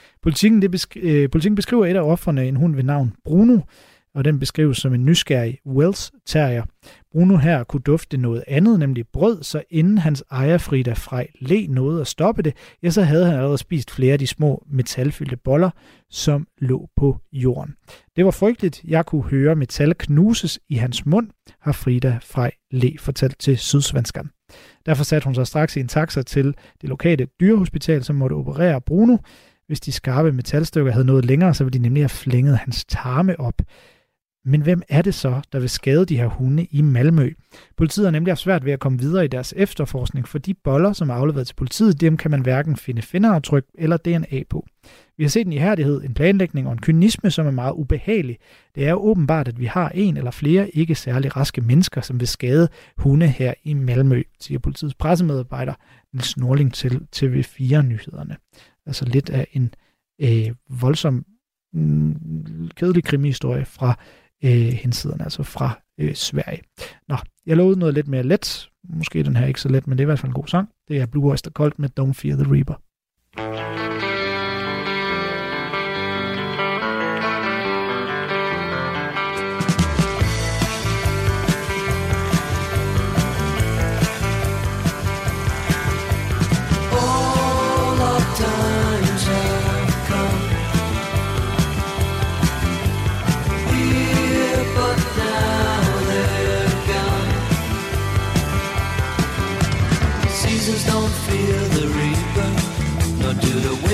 Politikken beskriver et af ofrene, en hund ved navn Bruno, og den beskrives som en nysgerrig Welsh Terrier. Bruno her kunne dufte noget andet, nemlig brød, så inden hans ejer Frida Frej Le nåede at stoppe det, ja, så havde han allerede spist flere af de små metalfyldte boller, som lå på jorden. Det var frygteligt. Jeg kunne høre metal knuses i hans mund, har Frida Frej Le fortalt til Sydsvenskan. Derfor satte hun sig straks i en taxa til det lokale dyrehospital, som måtte operere Bruno. Hvis de skarpe metalstykker havde nået længere, så ville de nemlig have flænget hans tarme op. Men hvem er det så, der vil skade de her hunde i Malmø? Politiet har nemlig haft svært ved at komme videre i deres efterforskning, for de boller, som er afleveret til politiet, dem kan man hverken finde fingeraftryk eller DNA på. Vi har set en ihærdighed, en planlægning og en kynisme, som er meget ubehagelig. Det er jo åbenbart, at vi har en eller flere ikke særlig raske mennesker, som vil skade hunde her i Malmø, siger politiets pressemedarbejder Niels Norling til TV4-nyhederne. Altså lidt af en voldsom, kedelig krimihistorie fra hensiderne, altså fra Sverige. Nå, jeg lovede noget lidt mere let. Måske den her ikke så let, men det er i hvert fald en god sang. Det er Blue Oyster Cult med Don't Fear the Reaper. Don't fear the reaper, nor do the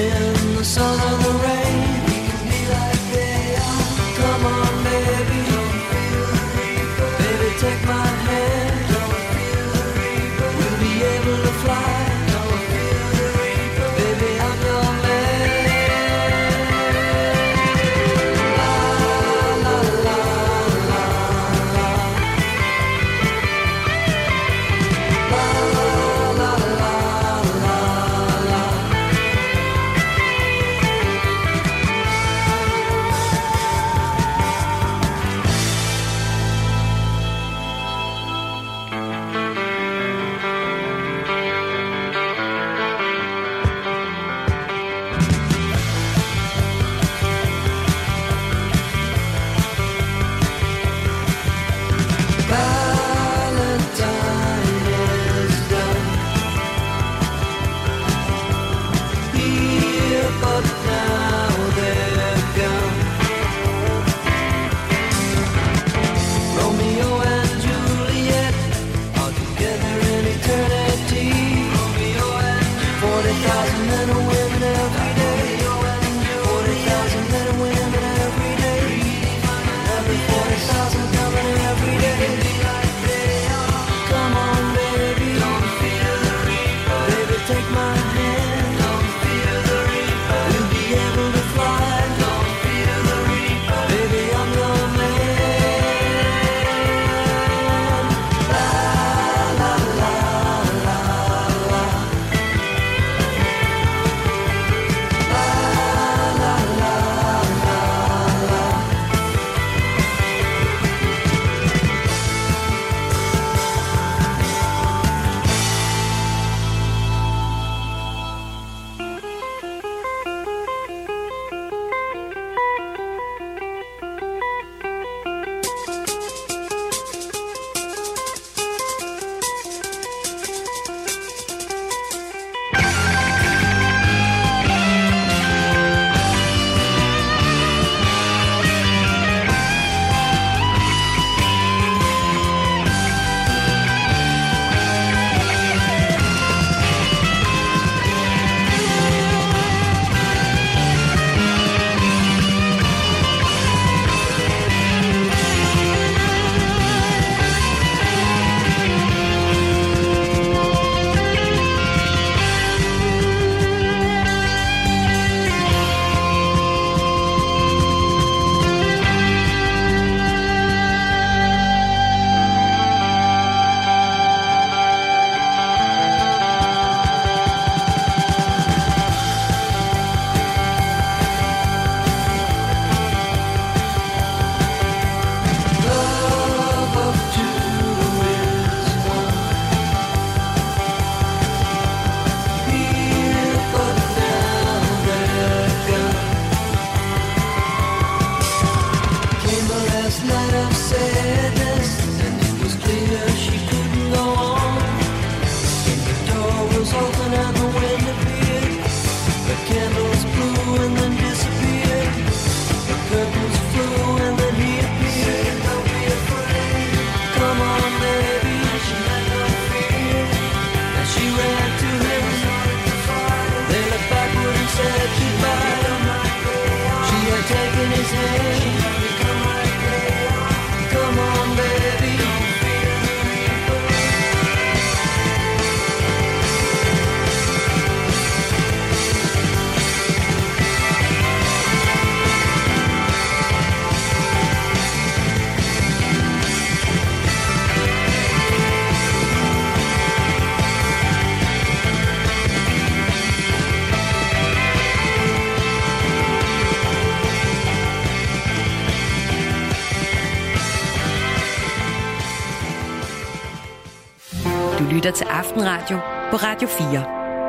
Du lytter til Aftenradio på Radio 4.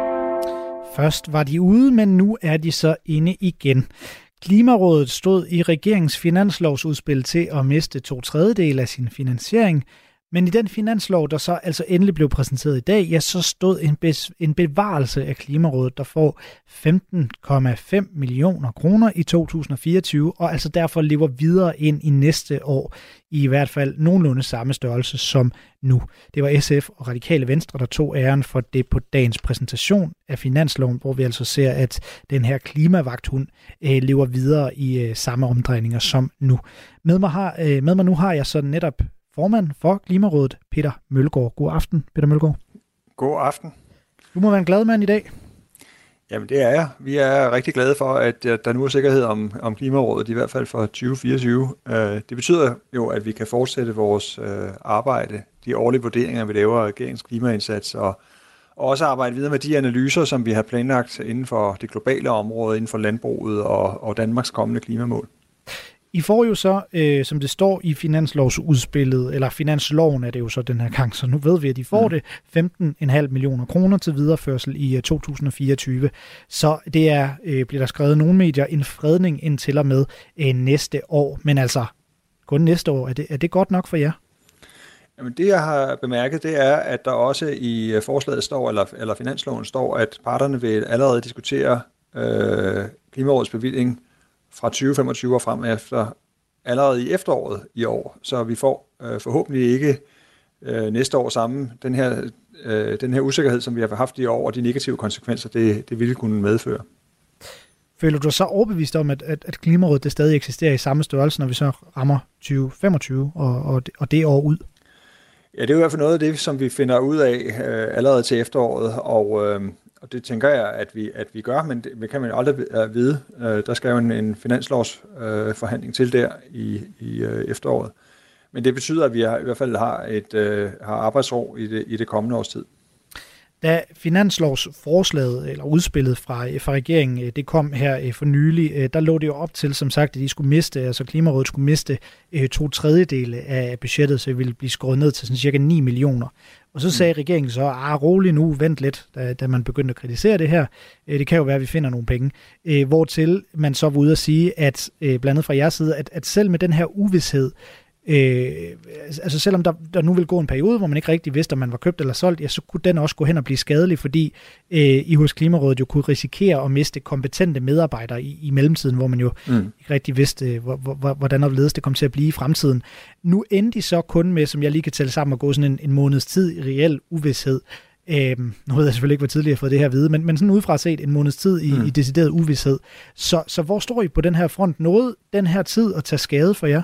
Først var de ude, men nu er de så inde igen. Klimarådet stod i regeringens finanslovsudspil til at miste 2/3 af sin finansiering, men i den finanslov, der så altså endelig blev præsenteret i dag, ja, så stod en bevarelse af Klimarådet, der får 15,5 millioner kroner i 2024, og altså derfor lever videre ind i næste år, i hvert fald nogenlunde samme størrelse som nu. Det var SF og Radikale Venstre, der tog æren for det på dagens præsentation af finansloven, hvor vi altså ser, at den her klimavagthund lever videre i samme omdrejninger som nu. Med mig nu har jeg så netop formand for Klimarådet, Peter Mølgaard. God aften, Peter Mølgaard. God aften. Du må være en glad mand i dag. Jamen det er jeg. Vi er rigtig glade for, at der nu er sikkerhed om Klimarådet, i hvert fald for 2024. Det betyder jo, at vi kan fortsætte vores arbejde, de årlige vurderinger, vi laver af regeringens klimaindsats, og også arbejde videre med de analyser, som vi har planlagt inden for det globale område, inden for landbruget og Danmarks kommende klimamål. I får jo så, som det står i finanslovsudspillet, eller finansloven er det jo så den her gang, så nu ved vi, at de får det, 15,5 millioner kroner til videreførsel i 2024. Så det er, bliver der skrevet nogle medier, en fredning indtil og med næste år. Men altså, kun næste år, er det godt nok for jer? Jamen det, jeg har bemærket, det er, at der også i forslaget står, eller finansloven står, at parterne vil allerede diskutere Klimarådets bevilling fra 2025 og frem efter allerede i efteråret i år. Så vi får forhåbentlig ikke næste år sammen den her usikkerhed, som vi har haft i år, og de negative konsekvenser, det ville kunne medføre. Føler du så overbevist om, at Klimarådet det stadig eksisterer i samme størrelse, når vi så rammer 2025 og det år ud? Ja, det er i hvert fald noget af det, som vi finder ud af allerede til efteråret, og det tænker jeg, at vi gør, men det kan man jo aldrig vide. Der skal jo en finanslovsforhandling til der i efteråret. Men det betyder, at vi i hvert fald har arbejdsro i det kommende års tid. Da finanslovsforslaget eller udspillet fra regeringen, det kom her for nylig, der lå det jo op til, som sagt, at de skulle miste, altså Klimarådet skulle miste 2/3 af budgettet, så det ville blive skåret ned til sådan cirka 9 millioner. Og så sagde regeringen så, rolig nu, vent lidt, da man begyndte at kritisere det her. Det kan jo være, at vi finder nogle penge. Hvortil man så var ude at sige, at blandt andet fra jeres side, at selv med den her uvished, altså selvom der nu vil gå en periode, hvor man ikke rigtig vidste, om man var købt eller solgt, ja, så kunne den også gå hen og blive skadelig, fordi I hos Klimarådet jo kunne risikere at miste kompetente medarbejdere i mellemtiden, hvor man jo ikke rigtig vidste, hvordan det kom til at blive i fremtiden. Nu endte de så kun med, som jeg lige kan tælle sammen, at gå sådan en måneds tid i reel uvished. Nu ved jeg selvfølgelig ikke, hvor tidligere jeg har fået det her at vide, men sådan udefra set en måneds tid i decideret uvished. Så hvor står I på den her front? Nåede den her tid at tage skade for jer?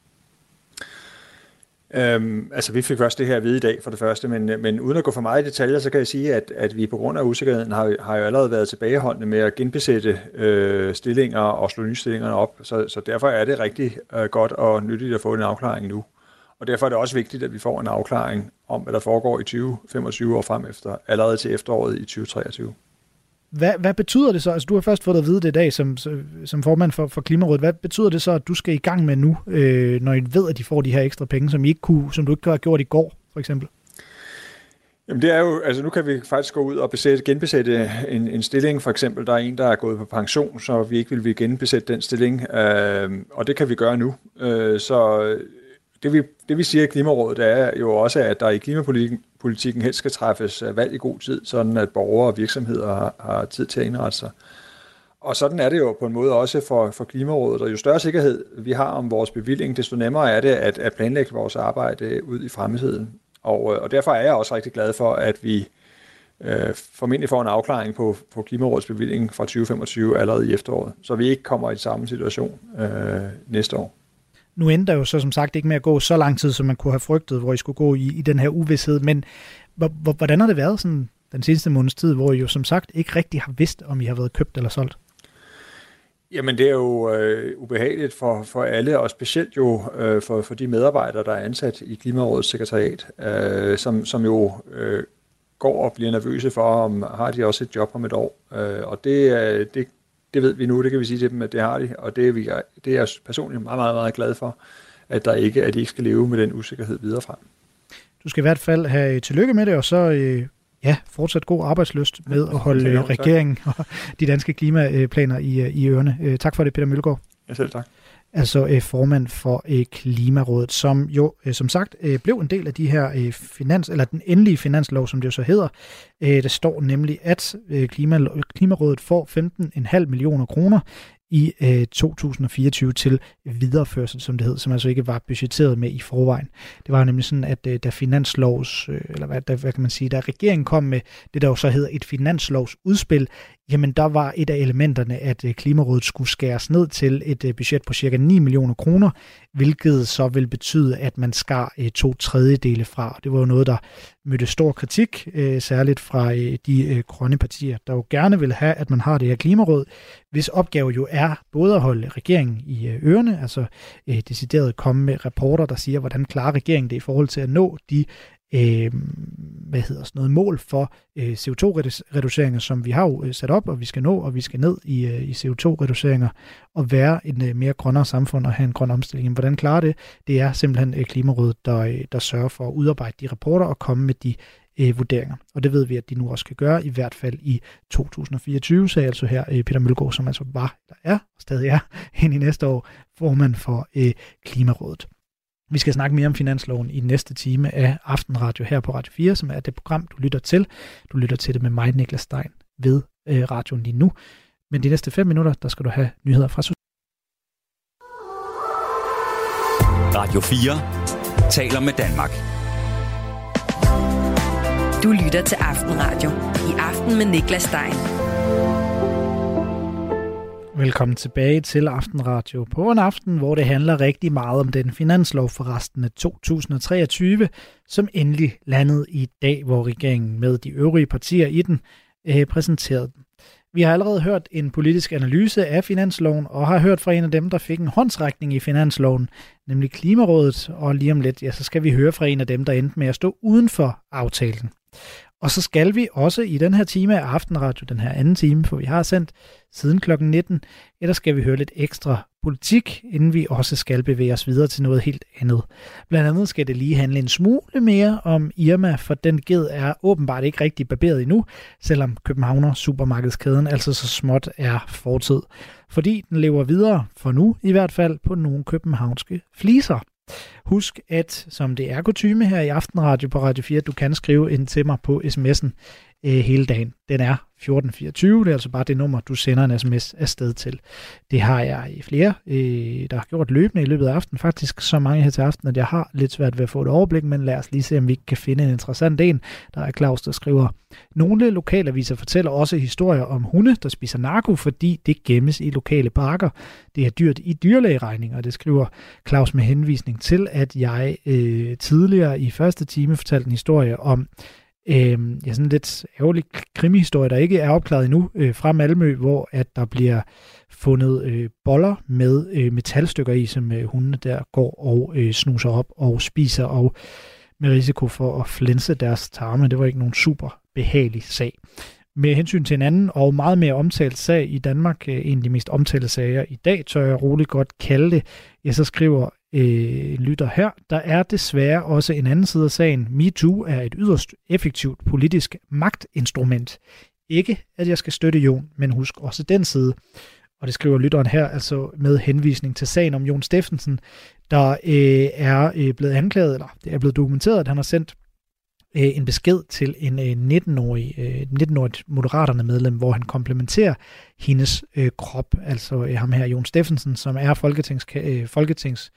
Altså vi fik først det her at vide i dag for det første, men uden at gå for meget i detaljer, så kan jeg sige, at vi på grund af usikkerheden har jo allerede været tilbageholdende med at genbesætte stillinger og slå nye stillingerne op, så derfor er det rigtig godt og nyttigt at få en afklaring nu. Og derfor er det også vigtigt, at vi får en afklaring om, hvad der foregår i 2025 og frem efter, allerede til efteråret i 2023. Hvad betyder det så? Altså, du har først fået at vide det i dag som formand for Klimarådet. Hvad betyder det så, at du skal i gang med nu, når I ved, at de får de her ekstra penge, som du ikke har gjort i går, for eksempel? Jamen det er jo, altså nu kan vi faktisk gå ud og genbesætte en stilling, for eksempel. Der er en, der er gået på pension, så vi ikke vil genbesætte den stilling, og det kan vi gøre nu. Så det vi siger i Klimarådet er jo også, at der i klimapolitikken helst skal træffes valg i god tid, sådan at borgere og virksomheder har tid til at indrette sig. Og sådan er det jo på en måde også for Klimarådet, og jo større sikkerhed vi har om vores bevilling, desto nemmere er det at planlægge vores arbejde ud i fremtiden. Og derfor er jeg også rigtig glad for, at vi formentlig får en afklaring på Klimarådets bevilling fra 2025 allerede i efteråret, så vi ikke kommer i samme situation næste år. Nu endte der jo så som sagt ikke med at gå så lang tid, som man kunne have frygtet, hvor I skulle gå i den her uvished, men hvordan har det været sådan den seneste måneds tid, hvor I jo som sagt ikke rigtig har vidst, om I har været købt eller solgt? Jamen det er jo ubehageligt for alle, og specielt jo for de medarbejdere, der er ansat i Klimarådets sekretariat, som jo går og bliver nervøse for, om har de også et job om et år. Og det ved vi nu, det kan vi sige til dem, at det har de, og det er jeg personligt meget, meget, meget glad for, at de ikke skal leve med den usikkerhed videre frem. Du skal i hvert fald have tillykke med det, og så fortsat god arbejdslyst med at holde regeringen og de danske klimaplaner i ørene. Tak for det, Peter Mølgaard. Ja, selv tak. Altså formand for Klimarådet, som jo som sagt blev en del af de her eller den endelige finanslov, som det jo så hedder. Der står nemlig, at Klimarådet får 15,5 millioner kroner i 2024 til videreførsel, som det hed, som altså ikke var budgetteret med i forvejen. Det var nemlig sådan, at da da regeringen kom med det, der jo så hedder et finanslovsudspil, jamen der var et af elementerne, at Klimarådet skulle skæres ned til et budget på cirka 9 millioner kroner, hvilket så vil betyde, at man skar 2/3 fra. Det var jo noget, der mødte stor kritik, særligt fra de grønne partier, der jo gerne vil have, at man har det her Klimaråd, hvis opgave jo er både at holde regeringen i ørene, altså decideret komme med rapporter, der siger, hvordan klarer regeringen det i forhold til at nå de mål for CO2-reduceringer, som vi har jo sat op, og vi skal nå, og vi skal ned i CO2-reduceringer og være en mere grønnere samfund og have en grøn omstilling. Hvordan klarer det? Det er simpelthen Klimarådet, der sørger for at udarbejde de rapporter og komme med de vurderinger. Og det ved vi, at de nu også skal gøre, i hvert fald i 2024, sagde altså her Peter Mølgaard, som altså stadig er ind i næste år, formand for Klimarådet. Vi skal snakke mere om finansloven i næste time af Aftenradio her på Radio 4, som er det program, du lytter til. Du lytter til det med mig, Niklas Stein, ved radioen lige nu. Men de næste 5 minutter, der skal du have nyheder fra Radio 4 taler med Danmark. Du lytter til Aftenradio. I aften med Niklas Stein. Velkommen tilbage til Aftenradio på en aften, hvor det handler rigtig meget om den finanslov for resten af 2023, som endelig landede i dag, hvor regeringen med de øvrige partier i den præsenterede den. Vi har allerede hørt en politisk analyse af finansloven, og har hørt fra en af dem, der fik en håndsrækning i finansloven, nemlig Klimarådet, og lige om lidt, så skal vi høre fra en af dem, der endte med at stå uden for aftalen. Og så skal vi også i den her time af Aftenradio, den her anden time, for vi har sendt siden kl. 19, der skal vi høre lidt ekstra politik, inden vi også skal bevæge os videre til noget helt andet. Blandt andet skal det lige handle en smule mere om Irma, for den ged er åbenbart ikke rigtig barberet endnu, selvom Københavner supermarkedskæden altså så småt er fortid. Fordi den lever videre, for nu i hvert fald, på nogle københavnske fliser. Husk, at som det er kutyme her i Aftenradio på Radio 4, du kan skrive ind til mig på sms'en hele dagen. Den er 1424, det er altså bare det nummer, du sender en sms afsted til. Det har jeg i flere, der har gjort løbende i løbet af aftenen. Faktisk så mange her til aften, at jeg har lidt svært ved at få et overblik, men lad os lige se, om vi kan finde en interessant en. Der er Claus, der skriver, nogle lokalaviser fortæller også historier om hunde, der spiser narko, fordi det gemmes i lokale parker. Det er dyrt i dyrlægeregninger, det skriver Claus med henvisning til, at jeg tidligere i første time fortalte en historie om sådan lidt ærgerlig krimihistorie, der ikke er opklaret endnu, fra Malmø, hvor at der bliver fundet boller med metalstykker i, som hundene der går og snuser op og spiser, og med risiko for at flænse deres tarme. Det var ikke nogen super behagelig sag. Med hensyn til en anden og meget mere omtalt sag i Danmark, en af de mest omtalte sager i dag, tør jeg roligt godt kalde det, så skriver lytter her, der er desværre også en anden side af sagen. MeToo er et yderst effektivt politisk magtinstrument. Ikke at jeg skal støtte Jon, men husk også den side. Og det skriver lytteren her, altså med henvisning til sagen om Jon Steffensen, der er blevet anklaget, eller det er blevet dokumenteret, at han har sendt en besked til en 19-årig Moderaterne medlem, hvor han komplementerer hendes krop, altså ham her, Jon Steffensen, som er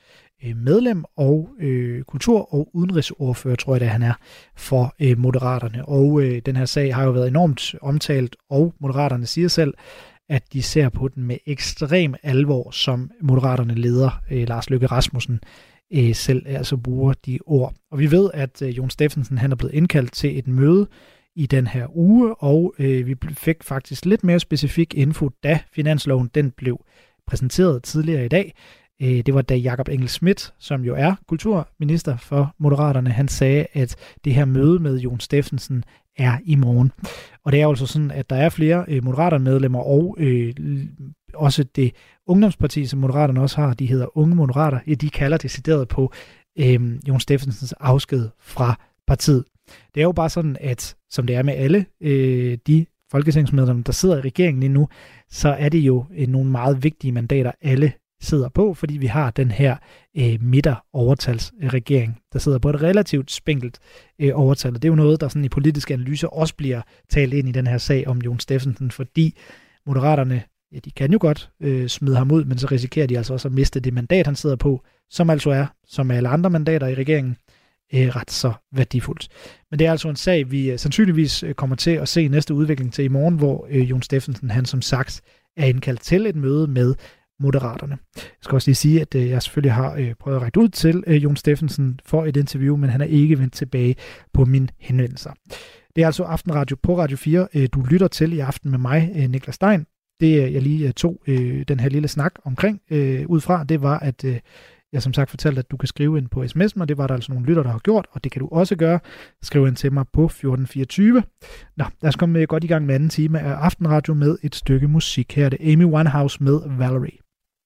medlem og kultur- og udenrigsordfører, tror jeg det han er, for Moderaterne. Og den her sag har jo været enormt omtalt, og Moderaterne siger selv, at de ser på den med ekstrem alvor, som Moderaterne leder Lars Løkke Rasmussen selv altså bruger de ord. Og vi ved, at Jon Steffensen han er blevet indkaldt til et møde i den her uge, og vi fik faktisk lidt mere specifik info, da finansloven den blev præsenteret tidligere i dag. Det var da Jakob Engel-Schmidt, som jo er kulturminister for Moderaterne, han sagde, at det her møde med Jon Steffensen er i morgen. Og det er altså sådan, at der er flere Moderater-medlemmer, og også det ungdomsparti, som Moderaterne også har, de hedder Unge Moderater, de kalder decideret på Jon Steffensens afsked fra partiet. Det er jo bare sådan, at som det er med alle de folketingsmedlemmer, der sidder i regeringen lige nu, så er det jo nogle meget vigtige mandater, alle sidder på, fordi vi har den her midter-overtalsregering, der sidder på et relativt spinkelt overtal. Det er jo noget, der sådan i politiske analyser også bliver talt ind i den her sag om Jon Steffensen, fordi Moderaterne, ja, de kan jo godt smide ham ud, men så risikerer de altså også at miste det mandat, han sidder på, som altså er, som alle andre mandater i regeringen, ret så værdifuldt. Men det er altså en sag, vi sandsynligvis kommer til at se næste udvikling til i morgen, hvor Jon Steffensen, han som sagt, er indkaldt til et møde med Moderaterne. Jeg skal også lige sige, at jeg selvfølgelig har prøvet at række ud til Jon Steffensen for et interview, men han er ikke vendt tilbage på mine henvendelser. Det er altså Aftenradio på Radio 4, du lytter til i aften med mig, Niklas Stein. Det jeg lige tog den her lille snak omkring ud fra, det var, at jeg som sagt fortalte, at du kan skrive ind på sms'en, og det var der altså nogle lytter, der har gjort, og det kan du også gøre. Skriv ind til mig på 1424. Nå, lad os komme godt i gang med anden time af Aftenradio med et stykke musik. Her er det Amy Winehouse med Valerie.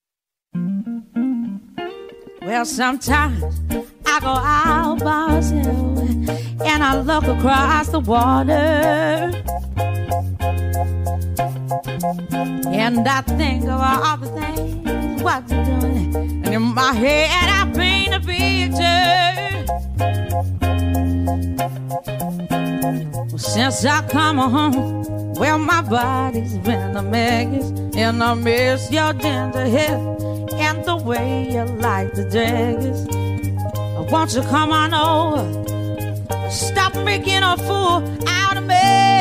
Well, sometimes I go out by myself and I look across the water and I think of all the things what you're doing, and in my head I paint a picture. Well, since I come home, well, my body's been a mess, and I miss your ginger hair and the way you like the dress. Won't you come on over? Stop making a fool out of me.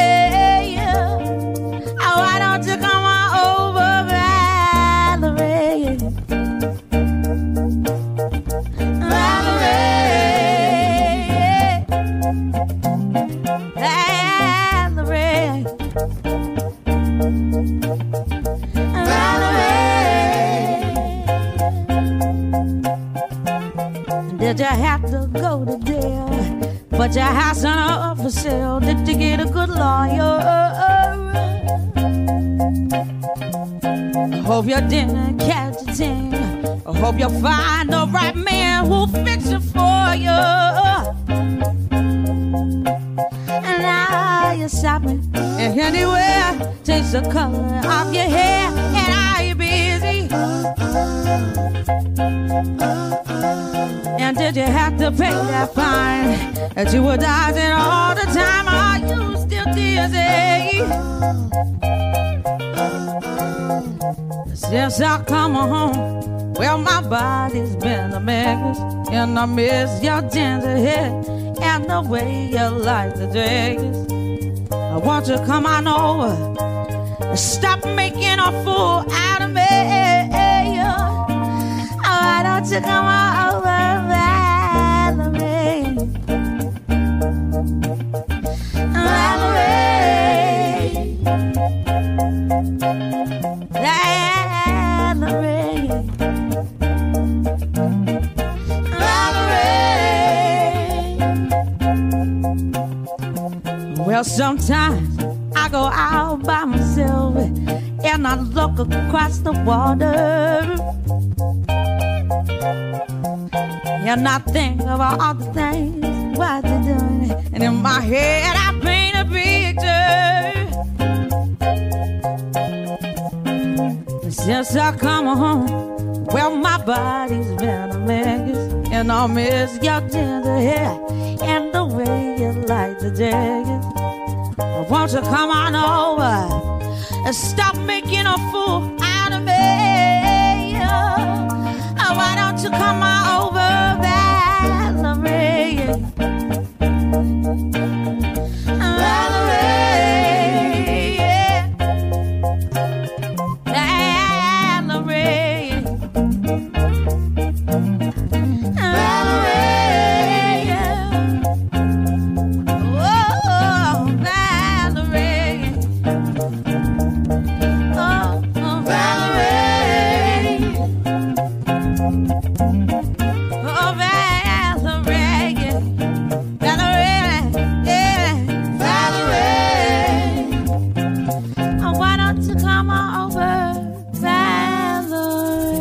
Why don't you come on over, Valerie? Valerie, Valerie, Valerie. Did you have to go to jail? But your house on up for sale. Did you get a good lawyer? I hope you didn't catch a thing. I hope you find the right man who'll fix it for you. And now you're shopping and anywhere, change the color of your hair. And are you busy? And did you have to pay that fine that you were dodging all the time? Are you still dizzy? Since I come home, well, my body's been a mess, and I miss your ginger hair and the way you like the dress. I want you to come on over and stop making a fool out of me. Why don't you come on over, Valerie? Valerie, Valerie, Valerie. Well, sometimes I go out by myself and I look across the water. And I think about all the things what you're doing, and in my head I paint a picture. Since I come home, well, my body's been a mess, and I miss your ginger hair and the way you like the dress. Won't you come on over and stop making a fool out of me? Why don't you come on over? Oh, Valerie, Valerie, yeah, Valerie. Oh, why don't you come on over, Valerie?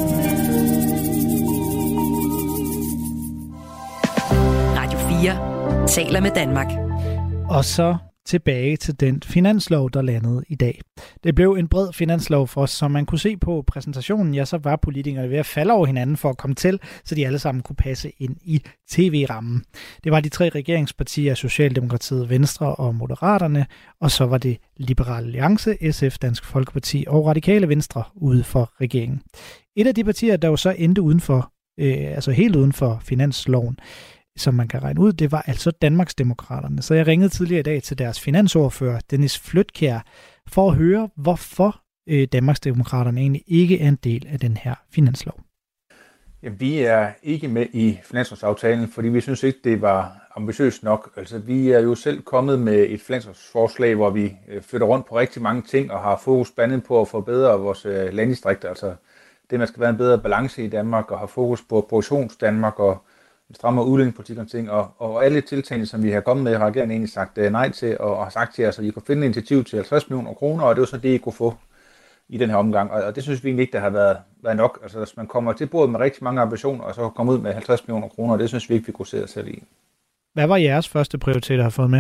Radio 4 taler med Danmark. Og så tilbage til den finanslov, der landede i dag. Det blev en bred finanslov for os, som man kunne se på præsentationen. Ja, så var politikerne ved at falde over hinanden for at komme til, så de alle sammen kunne passe ind i tv-rammen. Det var de 3 regeringspartier, Socialdemokratiet, Venstre og Moderaterne, og så var det Liberal Alliance, SF, Dansk Folkeparti og Radikale Venstre ude for regeringen. Et af de partier, der jo så endte udenfor, altså helt uden for finansloven, som man kan regne ud, det var altså Danmarksdemokraterne. Så jeg ringede tidligere i dag til deres finansordfører, Dennis Flydtkjær, for at høre, hvorfor Danmarksdemokraterne egentlig ikke er en del af den her finanslov. Jamen, vi er ikke med i finanslovsaftalen, fordi vi synes ikke, det var ambitiøst nok. Altså, vi er jo selv kommet med et finanslovsforslag, hvor vi flytter rundt på rigtig mange ting og har fokus blandt på at forbedre vores landdistrikter. Altså, det, man skal være en bedre balance i Danmark og have fokus på produktionsdanmark og strammer udlændingepolitik og ting, og alle tiltagene, som vi har kommet med, har regeringen egentlig sagt nej til, og har sagt til os, at I kunne finde et initiativ til 50 millioner kroner, og det var så det, I kunne få i den her omgang. Og det synes vi egentlig ikke, der har været nok. Altså, hvis man kommer til bordet med rigtig mange ambitioner, og så kommer ud med 50 millioner kroner, det synes vi ikke, vi kunne se os selv i. Hvad var jeres første prioritet, der har fået med?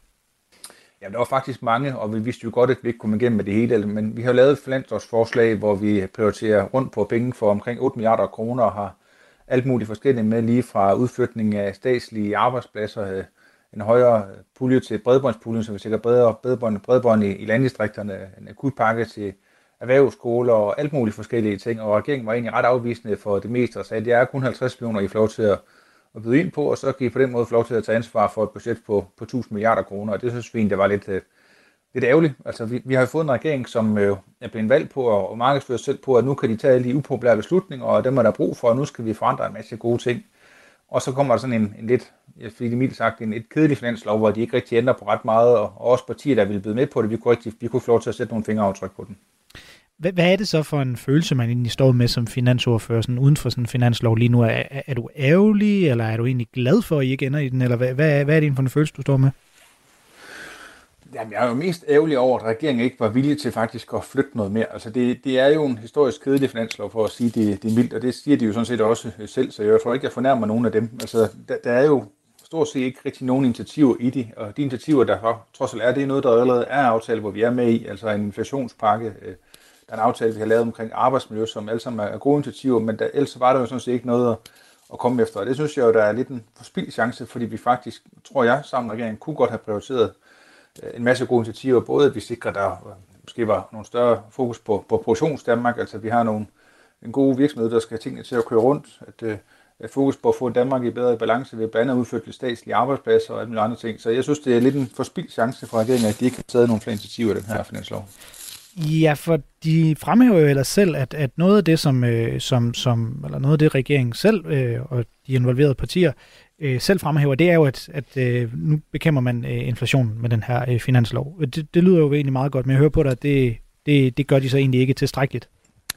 Jamen, der var faktisk mange, og vi vidste jo godt, at vi ikke kom igennem med det hele, men vi har lavet et finanslovsforslag, hvor vi prioriterer rundt på penge for omkring 8 milliarder kroner, og har alt muligt forskelligt med, lige fra udflytning af statslige arbejdspladser, en højere pulje til bredbåndspuljen, så vi sikrer bedre bredbånd i landdistrikterne, en akutpakke til erhvervsskoler og alt muligt forskellige ting. Og regeringen var egentlig ret afvisende for det meste og sagde, at det er kun 50 millioner, I får lov til at byde ind på, og så kan I på den måde få lov til at tage ansvar for et budget på 1000 milliarder kroner. Og det synes vi egentlig var lidt ærgerligt. Altså, vi har jo fået en regering, som er blevet valgt på og markedsfører selv på, at nu kan de tage alle de upopulære beslutninger, og dem er der brug for, og nu skal vi forandre en masse gode ting. Og så kommer der sådan en lidt, jeg fik det mildt sagt, et kedelig finanslov, hvor de ikke rigtig ændrer på ret meget, og også partier, der ville byde med på det, vi kunne få lov til at sætte nogle fingeraftryk på den. Hvad er det så for en følelse, man egentlig står med som finansordfører, sådan uden for sådan en finanslov lige nu? Er du ærgerlig, eller er du egentlig glad for, at I ikke ender i den, eller hvad er det egentlig for en følelse, du står med? Jamen, jeg er jo mest ærgerlig over, at regeringen ikke var villig til faktisk at flytte noget mere. Altså, det er jo en historisk kedelig finanslov, for at sige det er mildt, og det siger de jo sådan set også selv, så jeg tror ikke, jeg fornærmer nogen af dem. Altså, der er jo stort set ikke rigtig nogen initiativer i det, og de initiativer, der trods alt det er noget, der allerede er aftalt, hvor vi er med i, altså en inflationspakke. Der er en aftale, vi har lavet omkring arbejdsmiljø, som alle sammen er gode initiativer, men ellers var der jo sådan set ikke noget at komme efter. Og det synes jeg jo, der er lidt en forspildt chance, fordi vi faktisk, tror jeg, sammen med regeringen kunne godt have prioriteret en masse gode initiativer, både at vi sikrer, at der måske var nogle større fokus på produktionsdanmark, altså vi har en god virksomhed, der skal have tingene til at køre rundt, at fokus på at få Danmark i bedre balance ved blandt andet udflytte statslige arbejdspladser og alle mulige andre ting. Så jeg synes, det er lidt en forspildt chance for regeringen, at de ikke har taget nogle flere initiativer i den her finanslov. Ja, for de fremhæver jo ellers selv, at noget af det, eller noget af det regeringen selv og de involverede partier selv fremhæver, det er jo, at nu bekæmper man inflationen med den her finanslov. Det lyder jo egentlig meget godt, men jeg hører på dig, at det gør de så egentlig ikke tilstrækkeligt.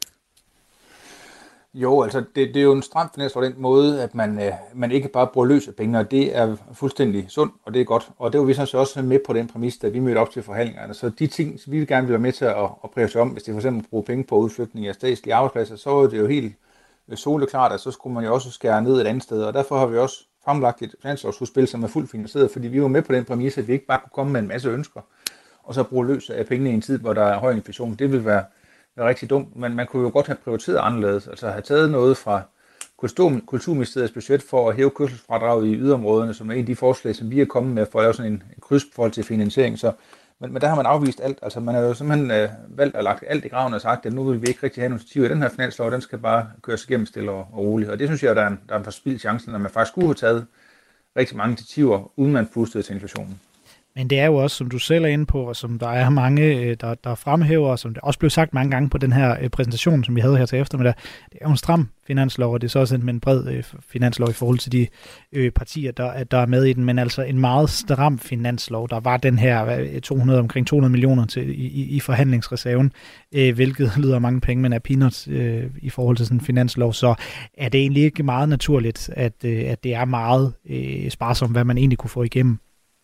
Jo, altså det er jo en stram finanslov den måde, at man ikke bare bruger løs af penge, og det er fuldstændig sundt, og det er godt. Og det var vi sådan set også med på den præmis, da vi mødte op til forhandlingerne. Så de ting, vi vil gerne vil være med til at prioritere om, hvis det for eksempel bruger penge på udflytning af statslige arbejdspladser, så er det jo helt soleklart, at så skulle man jo også skære ned et andet sted. Og derfor har vi også fremlagt et finanslovsudspil, som er fuldt finansieret, fordi vi var med på den præmis, at vi ikke bare kunne komme med en masse ønsker, og så bruge løs af pengene i en tid, hvor der er høj inflation. Det vil være rigtig dumt, men man kunne jo godt have prioriteret anderledes, altså have taget noget fra Kulturministeriets budget for at hæve kørselsfradraget i yderområderne, som er en af de forslag, som vi er kommet med for at lave sådan en krydsforhold til finansiering. Så, men der har man afvist alt, altså man har jo simpelthen valgt at lagt alt i graven og sagt, at nu vil vi ikke rigtig have noget initiativ i den her finanslov, den skal bare køres igennem stille og roligt. Og det synes jeg, der er en forspildt chance, når man faktisk skulle have taget rigtig mange initiativer, uden man pustede til inflationen. Men det er jo også, som du selv er inde på, og som der er mange, der fremhæver, og som det også blev sagt mange gange på den her præsentation, som vi havde her til eftermiddag, det er jo en stram finanslov, og det er så også en bred finanslov i forhold til de partier, der er med i den, men altså en meget stram finanslov. Der var den her omkring 200 millioner i forhandlingsreserven, hvilket lyder mange penge, men er peanuts i forhold til sådan en finanslov, så er det egentlig ikke meget naturligt, at det er meget sparsomt, hvad man egentlig kunne få igennem.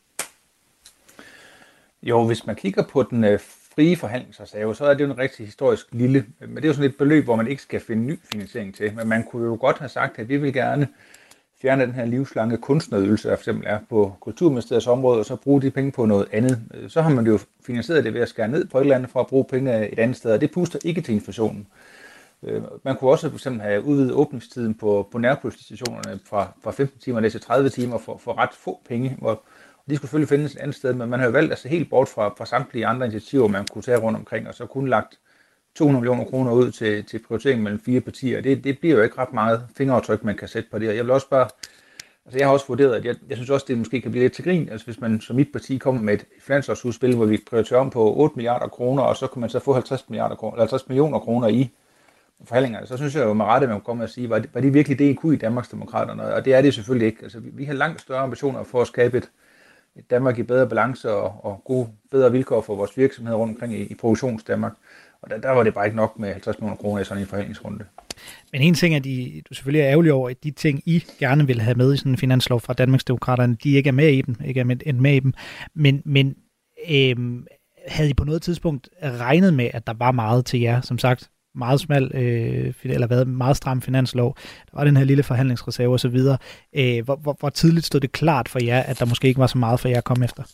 Jo, hvis man kigger på den frie forhandlingsreserve, så er det jo en rigtig historisk lille, men det er jo sådan et beløb, hvor man ikke skal finde ny finansiering til. Men man kunne jo godt have sagt, at vi vil gerne fjerne den her livslange kunstnerydelse, der for eksempel er på Kulturministeriets område, og så bruge de penge på noget andet. Så har man jo finansieret det ved at skære ned på et eller andet for at bruge penge et andet sted, og det puster ikke til inflationen. Man kunne også for eksempel have udvidet åbningstiden på nærpolitistationerne fra 15 timer ned til 30 timer for ret få penge, hvor de skulle selvfølgelig findes et andet sted, men man har jo valgt at se helt bort fra samtlige andre initiativer, man kunne tage rundt omkring, og så kun lagt 200 millioner kroner ud til prioritering mellem 4 partier. Det bliver jo ikke ret meget fingeraftryk, man kan sætte på det. Og jeg vil også bare, altså jeg har også vurderet, at jeg synes også, det måske kan blive lidt til grin, altså hvis man som mit parti kommer med et finanslovsudspil, hvor vi prioriterer om på 8 milliarder kroner, og så kan man så få 50 millioner kroner i forhandlingerne, så synes jeg jo med rette, at man kommer og sige, var det virkelig det, I kunne i Danmarksdemokraterne? Og det er det selvfølgelig ikke. Altså vi har langt større ambitioner for at skabe et Danmark i bedre balance og bedre vilkår for vores virksomheder rundt omkring i produktionsdanmark. Og der var det bare ikke nok med 50 millioner kroner i sådan en forhandlingsrunde. Men en ting er, du selvfølgelig er ærgerlig over, at de ting, I gerne vil have med i sådan en finanslov fra Danmarksdemokraterne, de ikke er med i dem, ikke er med i dem. Men havde I på noget tidspunkt regnet med, at der var meget til jer, som sagt, meget smal, eller meget stram finanslov. Der var den her lille forhandlingsreserve og så videre. Hvor tidligt stod det klart for jer, at der måske ikke var så meget for jer at komme efter?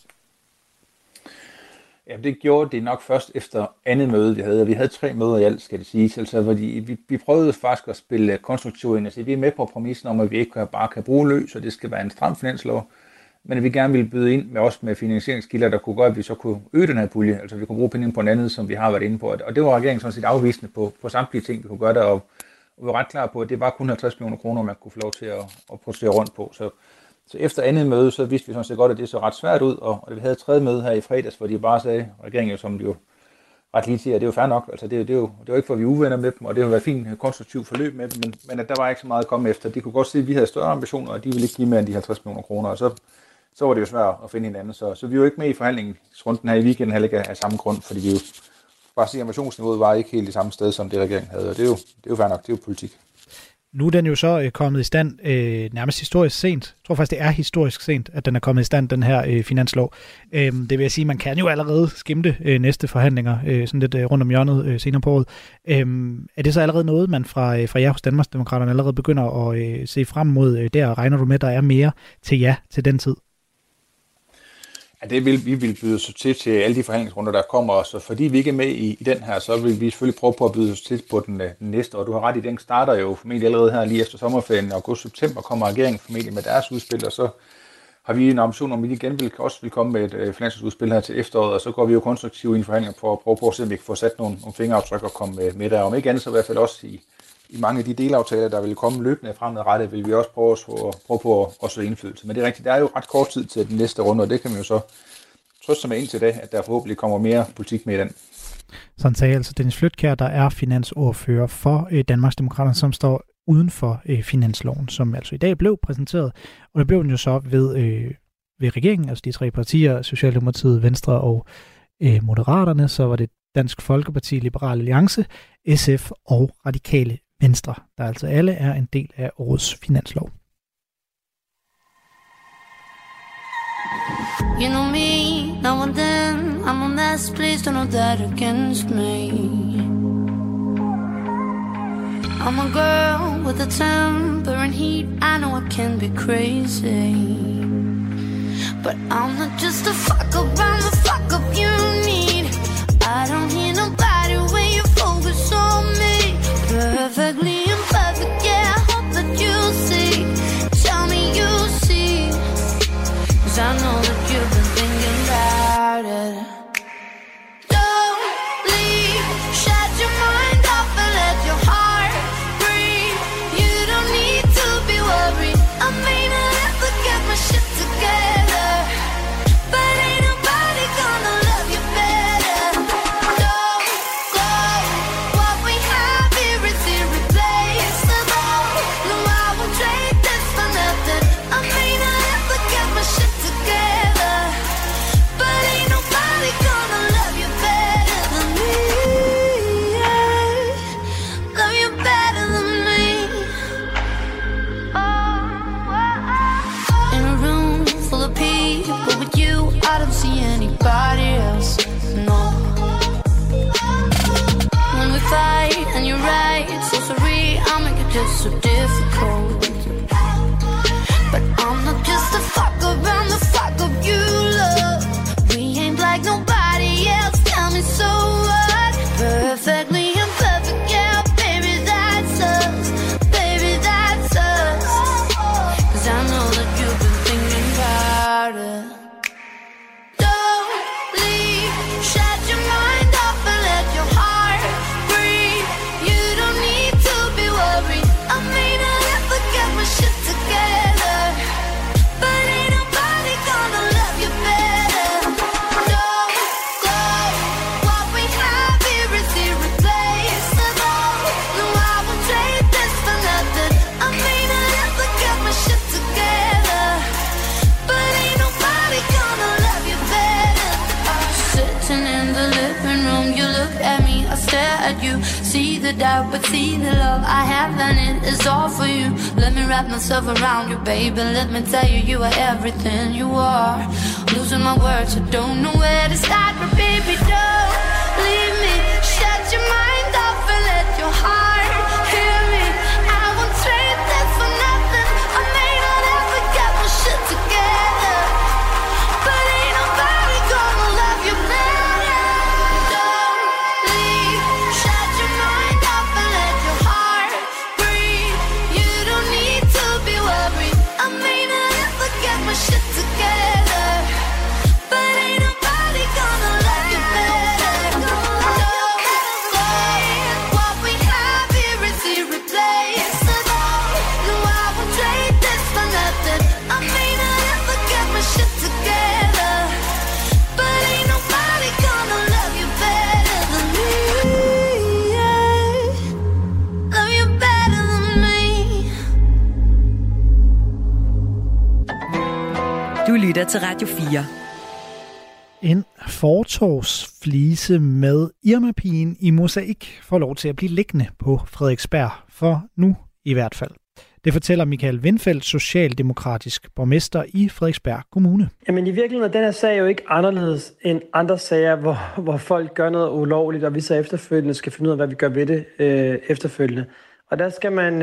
Ja, det gjorde det nok først efter andet møde, vi havde. Vi havde 3 møder i alt, skal det siges. Altså, vi prøvede faktisk at spille konstruktivt ind. Altså, vi er med på præmissen om, at vi ikke bare kan bruge løs, og det skal være en stram finanslov. Men at vi gerne ville byde ind med finansieringskilder, der kunne gøre, at vi så kunne øge den her pulje. Altså vi kunne bruge penge på en andet, som vi har været inde på. Og det var regeringen sådan set afvisende på samtlige ting, vi kunne gøre der. Og vi var ret klar på, at det var kun 50 millioner kroner, man kunne få lov til at producere rundt på. Så efter andet møde, så vidste vi sådan set godt, at det så ret svært ud. Og vi havde 3. møde her i fredags, hvor de bare sagde, regeringen som de jo ret lige til, at det er jo fair nok. Altså det er jo ikke for, at vi er uvenner med dem, og det har været et fint konstruktivt forløb med dem, men at der var ikke så meget at komme efter. De kunne godt se, at vi havde større ambitioner, og de ville ikke give mere end de 50 millioner kroner. Og så var det jo svært at finde hinanden. Så vi var jo ikke med i forhandlingsrunden her i weekenden, heller ikke af samme grund, fordi vi jo bare sige, at ambitionsniveauet var ikke helt i samme sted, som det regeringen havde. Og det er jo fair nok, det er jo politik. Nu er den jo så kommet i stand nærmest historisk sent. Jeg tror faktisk, det er historisk sent, at den er kommet i stand, den her finanslov. Det vil jeg sige, man kan jo allerede skimte næste forhandlinger sådan lidt rundt om hjørnet senere på året. Er det så allerede noget, man fra jer hos Danmarksdemokraterne allerede begynder at se frem mod der? Regner du med, der er mere til jer til den tid? Ja, det vil vi byde os til alle de forhandlingsrunder, der kommer. Så fordi vi ikke er med i den her, så vil vi selvfølgelig prøve på at byde os til på den næste. Og du har ret i, den starter jo formentlig allerede her lige efter sommerferien. August-september kommer regeringen formentlig med deres udspil, og så har vi en ambition om, at vi igen vil komme med et finansudspil her til efteråret, og så går vi jo konstruktivt i en forhandling for at prøve på at se, om vi kan få sat nogle fingeraftryk og komme med der. Om ikke andet, så i hvert fald også i mange af de delaftaler, der vil komme løbende fremadrettet, vil vi også prøve på at søge indflydelse. Men det er rigtigt, der er jo ret kort tid til den næste runde, og det kan man jo så trøste sig med indtil det, at der forhåbentlig kommer mere politik med i den. Sådan sagde altså Dennis Flydtkjær, der er finansordfører for Danmarksdemokraterne, som står uden for finansloven, som altså i dag blev præsenteret. Og det blev den jo så ved regeringen, altså de 3 partier, Socialdemokratiet, Venstre og Moderaterne. Så var det Dansk Folkeparti, Liberal Alliance, SF og Radikale Venstre, der altså alle er en del af årets finanslov. You know me, now and then I'm a mess, please don't hold that against me. I'm a girl with a temper and heat, I know I can be crazy, but I'm not just a fuck up, I'm the fuck up you need. I don't hear nobody when you focus on me. Perfectly imperfect, yeah, I hope that you see. Tell me you see, 'cause I know that you've been thinking about it. Don't leave, shut your mind off and let your heart breathe. You don't need to be worried, I may not ever get my shit together, but ain't no just so difficult. But I'm not just a fuck around the fuck up you love. We ain't like nobody else, tell me so what? Perfectly imperfect, yeah, baby, that's us. Baby, that's us. 'Cause I know that you've been thinking about it. Don't leave, shut your mind off and let your heart breathe. You don't need to be worried, I may not ever get my shit together, but ain't nobody gonna love you better. Don't go, what we have here is irreplaceable. No, I won't trade this for nothing, I may not ever get my shit together, but ain't nobody gonna love you better. Sitting in the living room, you look at me, I stare at you. See the doubt, but see the love I have, and it is all for you. Let me wrap myself around you, baby. Let me tell you, you are everything you are. Losing my words, I don't know where to start, but baby, don't leave me. Shut your mind off and let your heart hear me. I won't trade this for nothing, I may not ever get my shit together, but ain't nobody gonna love you better. Don't leave, shut your mind off and let your heart breathe. You don't need to be worried, I may not ever get my shit together, but ain't nobody gonna love you better. Don't go, what we have here is irreplaceable. No, I won't trade this for nothing, I may not ever get my shit together, but ain't nobody gonna love you better than me. Yeah. Love you better than me. Du lytter til Radio 4. En fortovsflise med Irma-pigen i mosaik får lov til at blive liggende på Frederiksberg, for nu i hvert fald. Det fortæller Michael Windfeldt, socialdemokratisk borgmester i Frederiksberg Kommune. Jamen i virkeligheden er den her sag jo ikke anderledes end andre sager, hvor folk gør noget ulovligt, og vi så efterfølgende skal finde ud af, hvad vi gør ved det efterfølgende. Og der skal man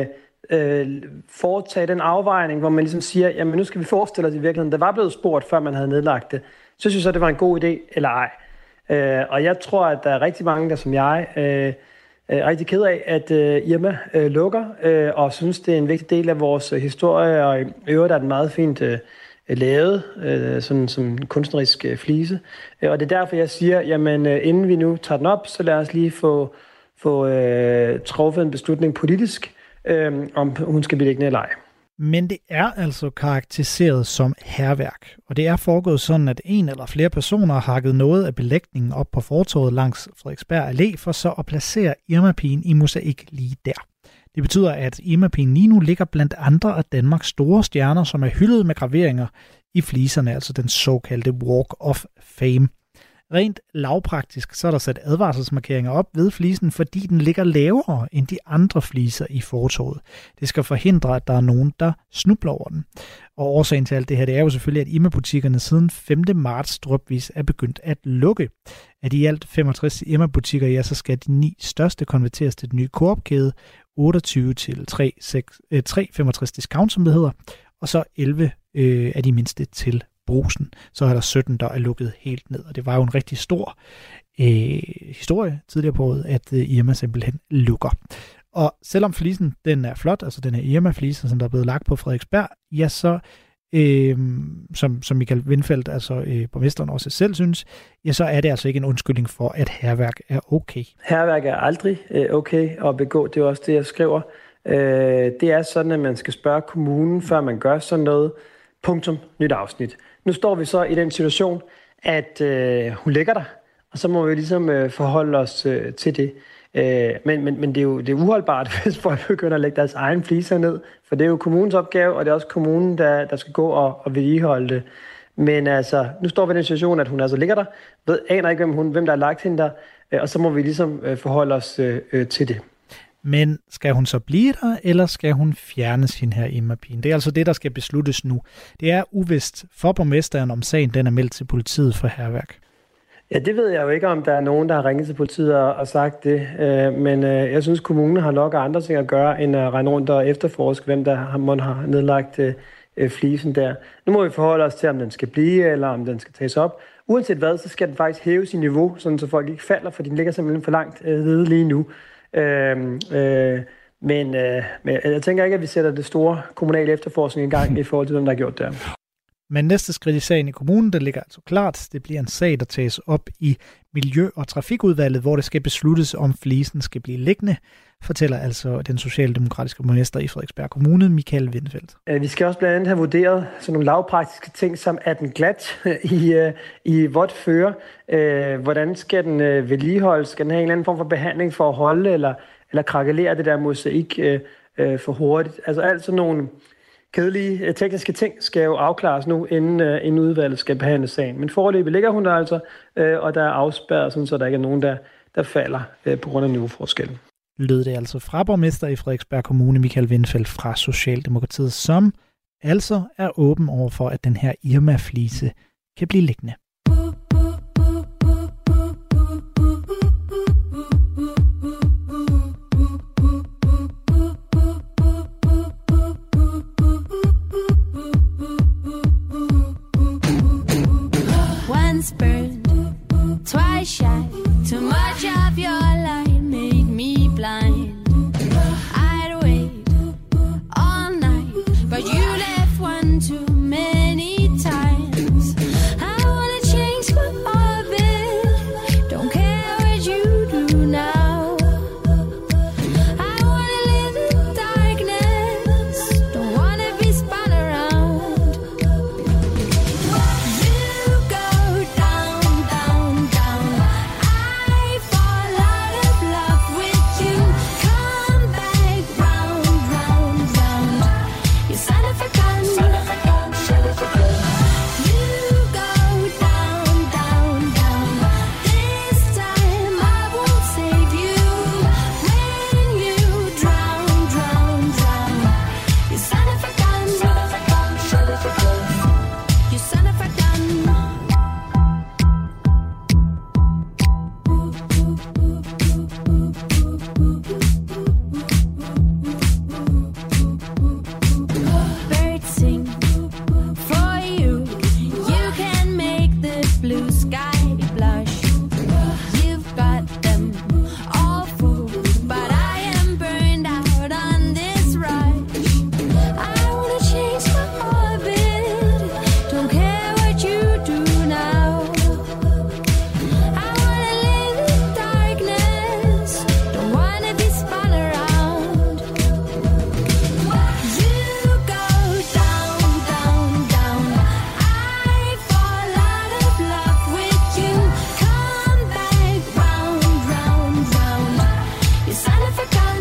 foretage den afvejning, hvor man ligesom siger, jamen nu skal vi forestille os i virkeligheden, der var blevet spurgt, før man havde nedlagt det. Så synes jeg, det var en god idé, eller ej. Og jeg tror, at der er rigtig mange, der som jeg er rigtig ked af, at Irma lukker, og synes, det er en vigtig del af vores historie, og i øvrigt er den meget fint lavet, sådan som en kunstnerisk flise. Og det er derfor, jeg siger, jamen inden vi nu tager den op, så lad os lige få truffet en beslutning politisk, om hun skal blive liggende eller ej. Men det er altså karakteriseret som hærværk, og det er foregået sådan, at en eller flere personer har hakket noget af belægningen op på fortovet langs Frederiksberg Allé, for så at placere Irma-pigen i mosaik lige der. Det betyder, at Irma-pigen lige nu ligger blandt andre af Danmarks store stjerner, som er hyldet med graveringer i fliserne, altså den såkaldte Walk of Fame. Rent lavpraktisk, så er der sat advarselsmarkeringer op ved flisen, fordi den ligger lavere end de andre fliser i fortovet. Det skal forhindre, at der er nogen, der snubler over den. Og årsagen til alt det her, det er jo selvfølgelig, at Irma-butikkerne siden 5. marts drypvis er begyndt at lukke. Af de alt 65 Irma-butikker, ja, så skal de 9 største konverteres til den nye Coop-kæde, 28 til 365 discount, som det hedder, og så 11 af de mindste til Brugsen. Så er der 17, der er lukket helt ned. Og det var jo en rigtig stor historie tidligere på året, at Irma simpelthen lukker. Og selvom flisen den er flot, altså den her Irma-flise, som der er blevet lagt på Frederiksberg, ja, så som Michael Windfeldt, altså borgmesteren også selv synes, ja, så er det altså ikke en undskyldning for, at hærværk er okay. Hærværk er aldrig okay at begå. Det er også det, jeg skriver. Det er sådan, at man skal spørge kommunen, før man gør sådan noget. Punktum. Nyt afsnit. Nu står vi så i den situation, at hun ligger der, og så må vi ligesom forholde os til det. Men det er uholdbart, hvis folk begynder at lægge deres egen fliser ned, for det er jo kommunens opgave, og det er også kommunen, der skal gå og vedligeholde det. Men altså, nu står vi i den situation, at hun altså ligger der, aner ikke, hvem der har lagt hende der, og så må vi ligesom forholde os til det. Men skal hun så blive der, eller skal hun fjerne sin her Irma-pigen? Det er altså det, der skal besluttes nu. Det er uvist for borgmesteren, om sagen den er meldt til politiet for hærværk. Ja, det ved jeg jo ikke, om der er nogen, der har ringet til politiet og sagt det. Men jeg synes, kommunen har nok andre ting at gøre, end at rende rundt og efterforske, hvem der har nedlagt flisen der. Nu må vi forholde os til, om den skal blive, eller om den skal tages op. Uanset hvad, så skal den faktisk hæve sin niveau, sådan så folk ikke falder, for den ligger simpelthen for langt nede lige nu. Men jeg tænker ikke, at vi sætter det store kommunale efterforskning i gang i forhold til dem, der har gjort det. Men næste skridt i sagen i kommunen, det ligger altså klart. Det bliver en sag, der tages op i Miljø- og Trafikudvalget, hvor det skal besluttes, om flisen skal blive liggende, fortæller altså den socialdemokratiske borgmester i Frederiksberg Kommune, Michael Winfeldt. Vi skal også blandt andet have vurderet sådan nogle lavpraktiske ting, som er den glat i vådt føre. Hvordan skal den vedligeholdes? Skal den have en eller anden form for behandling for at holde eller krakelere det der mosaik for hurtigt? Altså alt sådan nogle kedelige tekniske ting skal jo afklares nu, inden udvalget skal behandle sagen. Men foreløbig ligger hun der altså, og der er afspærret, sådan, så der ikke er nogen, der falder på grund af niveauforskellen. Lød det altså fra borgmester i Frederiksberg Kommune, Michael Winfeldt fra Socialdemokratiet, som altså er åben over for, at den her Irma-flise kan blive liggende. Once burned, twice shy. Too much of your light made me blind. I'd wait all night, but you left one too many times. I wanna change my orbit, don't care what you do now. I wanna live in darkness, don't wanna be spun around. You go down, down, down. I fall out of love with you. Come back round, round, round. You son of a gun. You go down, down, down. This time I won't save you. When you drown, drown, drown. You son of a gun. You son of a gun. Birds sing for you. You can make the blue sky blush. You've got them all fooled, but I am burned out on this rush. I wanna change my orbit, don't care what you do now. I wanna live in darkness, don't wanna be spun around. You go down, down, down. I fall out of love with you. Come back round, round, round. You son of a gun.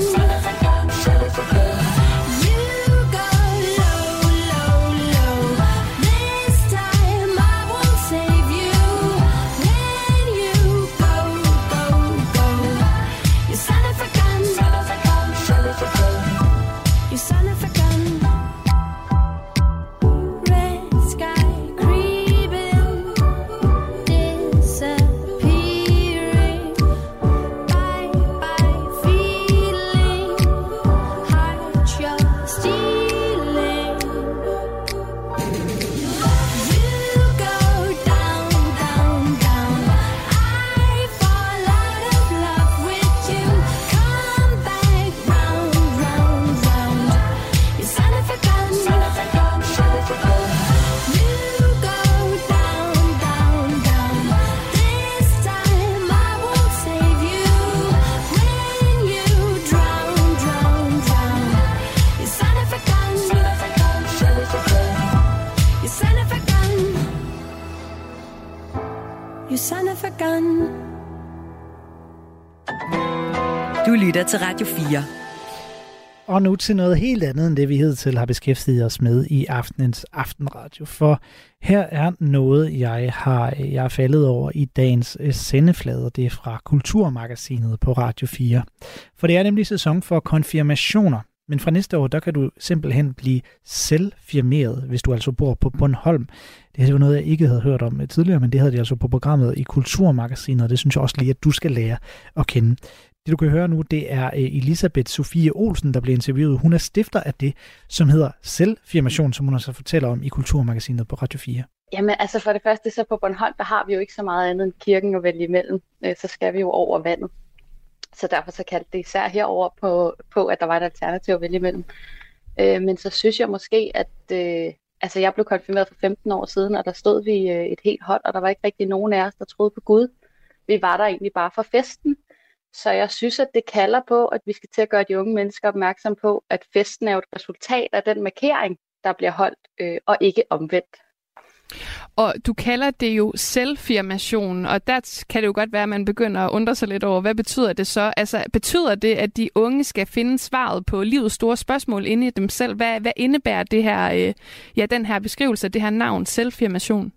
You go low, low, low. This time I won't save you. When you go, go, go. You son of a gun. You son of a gun. Red sky creeping, disappearing. Bye bye feeling, heart you're stealing. You go down, down, down. I fall out of love with you. Come back round, round, round. You son of a gun. You go down, down, down. This time I won't save you. When you drown, drown, drown. You son of a gun. You son of a gun. You son of a gun. Du lytter til Radio 4. Og nu til noget helt andet end det, vi hidtil har beskæftiget os med i aftenens aftenradio. For her er noget, jeg er faldet over i dagens sendeflade. Det er fra Kulturmagasinet på Radio 4. For det er nemlig sæson for konfirmationer. Men fra næste år, der kan du simpelthen blive selvfirmeret, hvis du altså bor på Bornholm. Det er jo noget, jeg ikke havde hørt om tidligere, men det havde de altså på programmet i Kulturmagasinet, og det synes jeg også lige, at du skal lære at kende. Det du kan høre nu, det er Elisabeth Sofie Olsen, der bliver interviewet. Hun er stifter af det, som hedder Selvfirmation, som hun altså fortæller om i Kulturmagasinet på Radio 4. Jamen altså for det første, så på Bornholm, der har vi jo ikke så meget andet end kirken at vælge imellem. Så skal vi jo over vandet. Så derfor så kaldte det især herover på, at der var et alternativ at vælge imellem. Men så synes jeg måske, at jeg blev konfirmeret for 15 år siden, og der stod vi et helt hold, og der var ikke rigtig nogen af os, der troede på Gud. Vi var der egentlig bare for festen. Så jeg synes, at det kalder på, at vi skal til at gøre de unge mennesker opmærksom på, at festen er jo et resultat af den markering, der bliver holdt, og ikke omvendt. Og du kalder det jo selvfirmation, og der kan det jo godt være, at man begynder at undre sig lidt over, hvad betyder det så? Altså, betyder det, at de unge skal finde svaret på livets store spørgsmål inde i dem selv? Hvad indebærer det her, den her beskrivelse, det her navn, selvfirmation?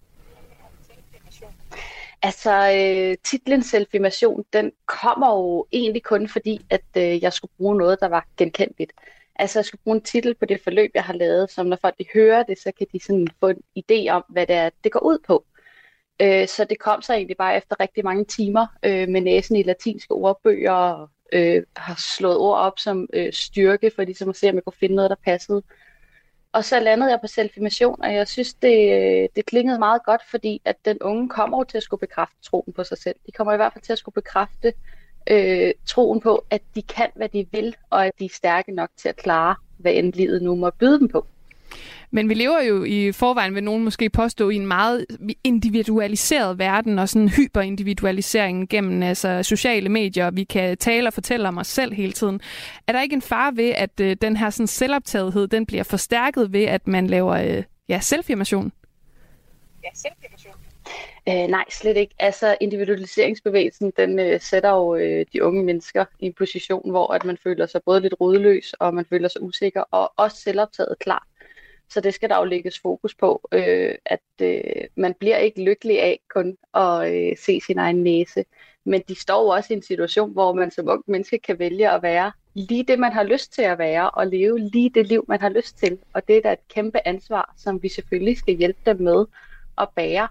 Altså, titlen selvfirmation, den kommer jo egentlig kun fordi, at jeg skulle bruge noget, der var genkendeligt. Altså, jeg skulle bruge en titel på det forløb, jeg har lavet, som når folk de hører det, så kan de sådan få en idé om, hvad det er, det går ud på. Så det kom så egentlig bare efter rigtig mange timer med næsen i latinske ordbøger, og har slået ord op som styrke, for ligesom at se, om jeg kunne finde noget, der passede. Og så landede jeg på selvfirmation, og jeg synes, det klingede meget godt, fordi at den unge kommer jo til at skulle bekræfte troen på sig selv. De kommer i hvert fald til at skulle bekræfte troen på, at de kan, hvad de vil, og at de er stærke nok til at klare, hvad end livet nu må byde dem på. Men vi lever jo i forvejen, vil nogen måske påstå, i en meget individualiseret verden, og sådan hyperindividualisering gennem sociale medier. Vi kan tale og fortælle om os selv hele tiden. Er der ikke en fare ved, at den her sådan selvoptagethed, den bliver forstærket ved, at man laver selvfirmation? Ja, selvfirmation. Nej, slet ikke. Altså, individualiseringsbevægelsen, den sætter jo de unge mennesker i en position, hvor at man føler sig både lidt rodløs, og man føler sig usikker, og også selvoptaget klar. Så det skal der jo lægges fokus på, at man bliver ikke lykkelig af kun at se sin egen næse. Men de står jo også i en situation, hvor man som ung menneske kan vælge at være lige det, man har lyst til at være, og leve lige det liv, man har lyst til. Og det er da et kæmpe ansvar, som vi selvfølgelig skal hjælpe dem med at bære.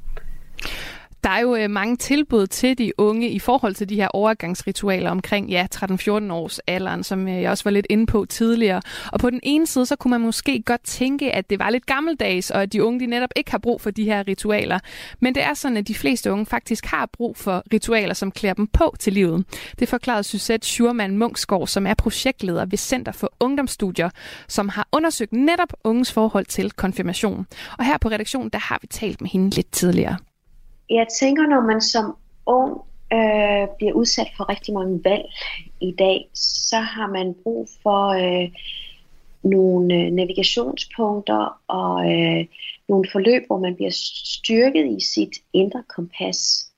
Der er jo mange tilbud til de unge i forhold til de her overgangsritualer omkring 13-14 års alderen, som jeg også var lidt inde på tidligere. Og på den ene side, så kunne man måske godt tænke, at det var lidt gammeldags, og at de unge de netop ikke har brug for de her ritualer. Men det er sådan, at de fleste unge faktisk har brug for ritualer, som klæder dem på til livet. Det forklarede Suzette Schurman-Munksgaard, som er projektleder ved Center for Ungdomsstudier, som har undersøgt netop unges forhold til konfirmation. Og her på redaktionen, der har vi talt med hende lidt tidligere. Jeg tænker, når man som ung bliver udsat for rigtig mange valg i dag, så har man brug for nogle navigationspunkter og nogle forløb, hvor man bliver styrket i sit indre kompas.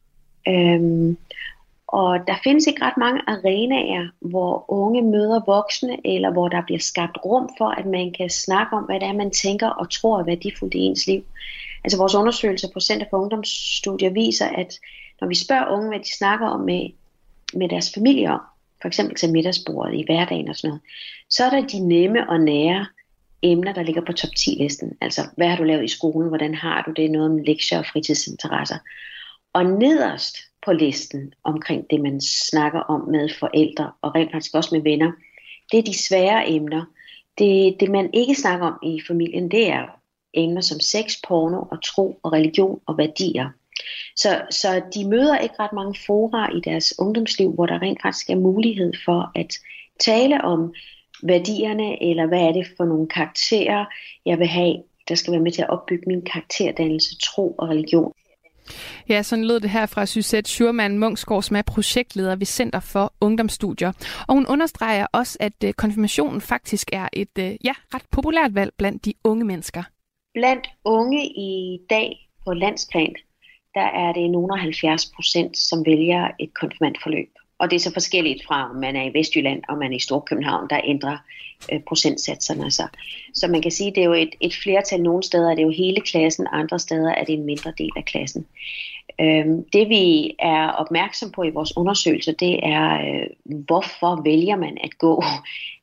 Og der findes ikke ret mange arenaer, hvor unge møder voksne, eller hvor der bliver skabt rum for, at man kan snakke om, hvad det er, man tænker og tror er værdifuldt i ens liv. Altså vores undersøgelser på Center for Ungdomsstudier viser, at når vi spørger unge, hvad de snakker om med deres familier, for eksempel til middagsbordet i hverdagen og sådan noget, så er der de nemme og nære emner, der ligger på top 10-listen. Altså, hvad har du lavet i skolen? Hvordan har du det? Noget om lektier og fritidsinteresser. Og nederst på listen omkring det, man snakker om med forældre, og rent faktisk også med venner, det er de svære emner. Det man ikke snakker om i familien, det er emner som sex, porno og tro og religion og værdier. Så de møder ikke ret mange fora i deres ungdomsliv, hvor der rent faktisk er mulighed for at tale om værdierne, eller hvad er det for nogle karakterer, jeg vil have, der skal være med til at opbygge min karakterdannelse, tro og religion. Ja, sådan lød det her fra Suzette Schurman-Munksgaard, som er projektleder ved Center for Ungdomsstudier. Og hun understreger også, at konfirmationen faktisk er et ret populært valg blandt de unge mennesker. Blandt unge i dag på landsplan, der er det nogle 70%, som vælger et konfirmandforløb. Og det er så forskelligt fra, om man er i Vestjylland og man er i Storkøbenhavn, der ændrer procentsatserne sig. Så man kan sige, at det er jo et flertal. Nogle steder er det jo hele klassen, andre steder er det en mindre del af klassen. Det vi er opmærksom på i vores undersøgelse, det er, hvorfor vælger man at gå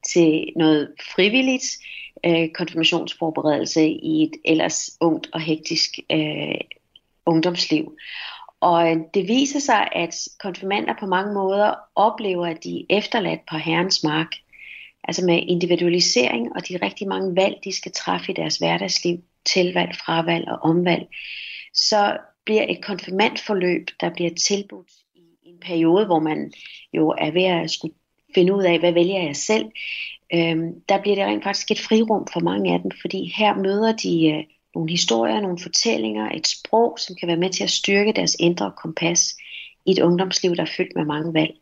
til noget frivilligt konfirmationsforberedelse i et ellers ungt og hektisk ungdomsliv. Og det viser sig, at konfirmander på mange måder oplever, at de er efterladt på Herrens mark. Altså med individualisering og de rigtig mange valg, de skal træffe i deres hverdagsliv, tilvalg, fravalg og omvalg, så bliver et konfirmandforløb, der bliver tilbudt i en periode, hvor man jo er ved at skulle finde ud af, hvad vælger jeg selv. Der bliver det rent faktisk et frirum for mange af dem, fordi her møder de nogle historier, nogle fortællinger, et sprog, som kan være med til at styrke deres indre kompas i et ungdomsliv, der er fyldt med mange valg.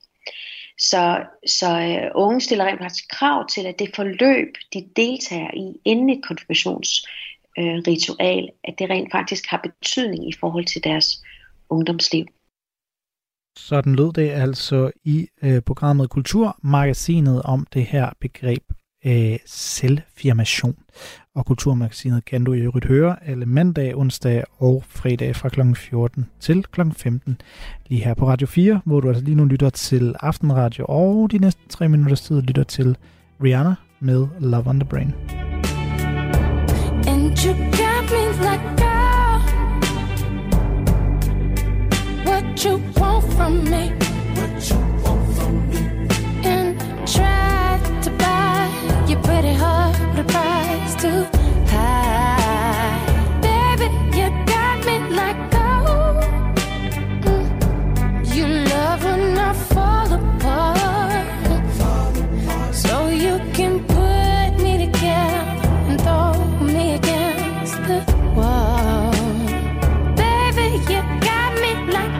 Så unge stiller rent faktisk krav til, at det forløb, de deltager i inden et konfirmationsritual, at det rent faktisk har betydning i forhold til deres ungdomsliv. Sådan lød det altså i programmet Kulturmagasinet om det her begreb selvfirmation. Og Kulturmagasinet kan du i øvrigt høre alle mandag, onsdag og fredag fra kl. 14 til kl. 15 lige her på Radio 4, hvor du altså lige nu lytter til Aftenradio, og de næste 3 minutters tid lytter til Rihanna med Love on the Brain. And you got me like, girl, what you want from me, what you want from me, and try to buy your pretty heart with a price too high. Baby, you got me like, oh, you love when I fall apart, so you can put me together and throw me against the wall. Baby, you got me like,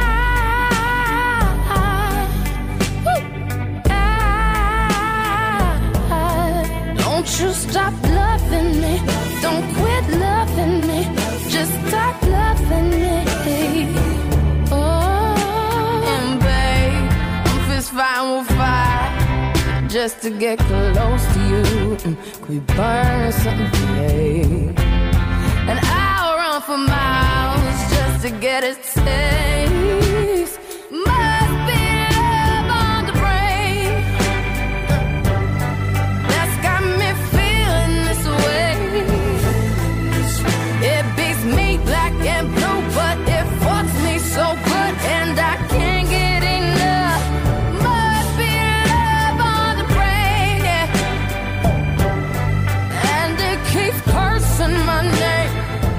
don't you stop loving me, don't quit loving me, just stop loving me. Oh, and babe, I'm fist fighting with fire just to get close to you. Could we burn something today? And I'll run for miles just to get a taste. Must be love on the brain that's got me feeling this way. It beats me black and blue, but it fucks me so good, and I can't get enough. Must be love on the brain, yeah. And it keeps cursing my name.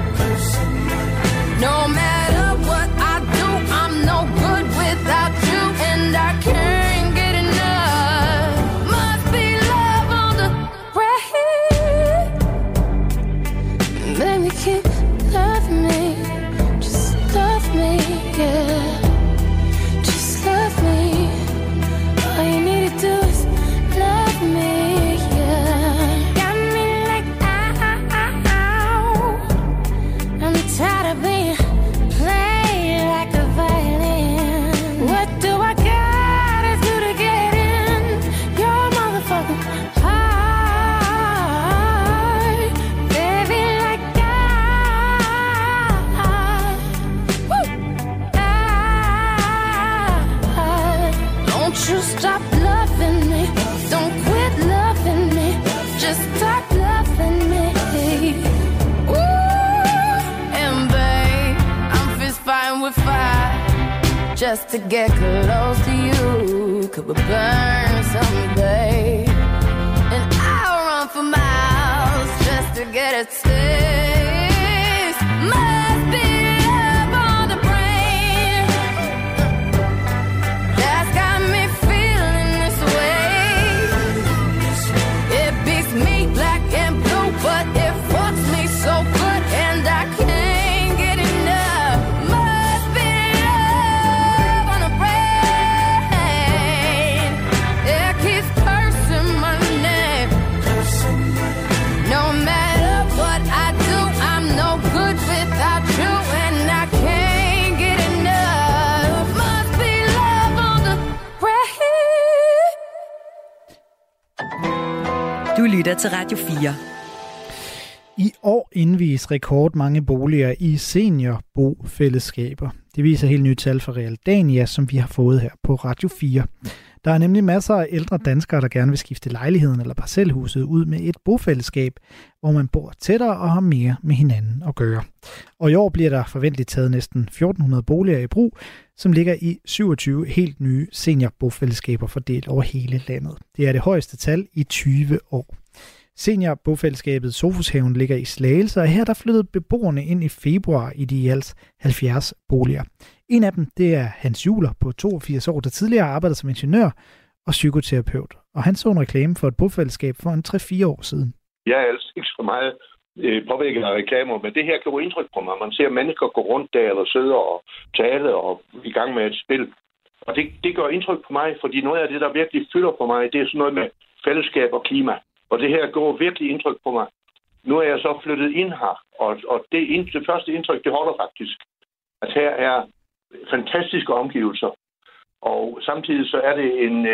No matter what I do, I'm no good without you, and I can't get enough. Must be love on the brain. Baby, keep loving me, just love me, yeah. Just love me. All you need to do is love me, yeah. Got me like, ow. I'm tired of being played like a violin. What do I gotta do to get in your motherfucking heart? Baby, like don't you stop loving me, don't quit loving me, just stop loving me. Ooh, and babe, I'm fist fighting with fire just to get close to you. Could we burn someday? And I'll run for miles just to get a taste. Must be love on the brain that's got me feeling this way. It beats me black and blue, but it fucks me so good, and I can't get enough. Must be love on the brain. It keeps cursing my name. No matter what I do, I'm no good without you, and I can't get enough. Must be love on the brain. Du lytter til Radio 4. I år indvies rekordmange boliger i seniorbofællesskaber. Det viser helt nye tal fra Realdania, som vi har fået her på Radio 4. Der er nemlig masser af ældre danskere, der gerne vil skifte lejligheden eller parcelhuset ud med et bofællesskab, hvor man bor tættere og har mere med hinanden at gøre. Og i år bliver der forventeligt taget næsten 1400 boliger i brug, som ligger i 27 helt nye seniorbofællesskaber fordelt over hele landet. Det er det højeste tal i 20 år. Seniorbofællesskabet Sofushaven ligger i Slagelse, og her der flyttede beboerne ind i februar i de i alt 70 boliger. En af dem, det er Hans Juler på 82 år, der tidligere arbejdede som ingeniør og psykoterapeut. Og han så en reklame for et bofællesskab for en 3-4 år siden. Jeg er altså ikke så meget påvirket af reklamer, men det her gjorde indtryk på mig. Man ser mennesker gå rundt der eller sidde og tale og i gang med et spil. Og det gør indtryk på mig, fordi noget af det, der virkelig fylder på mig, det er sådan noget med fællesskab og klima. Og det her går virkelig indtryk på mig. Nu er jeg så flyttet ind her, og det første indtryk, det holder faktisk. At her er fantastiske omgivelser. Og samtidig så er det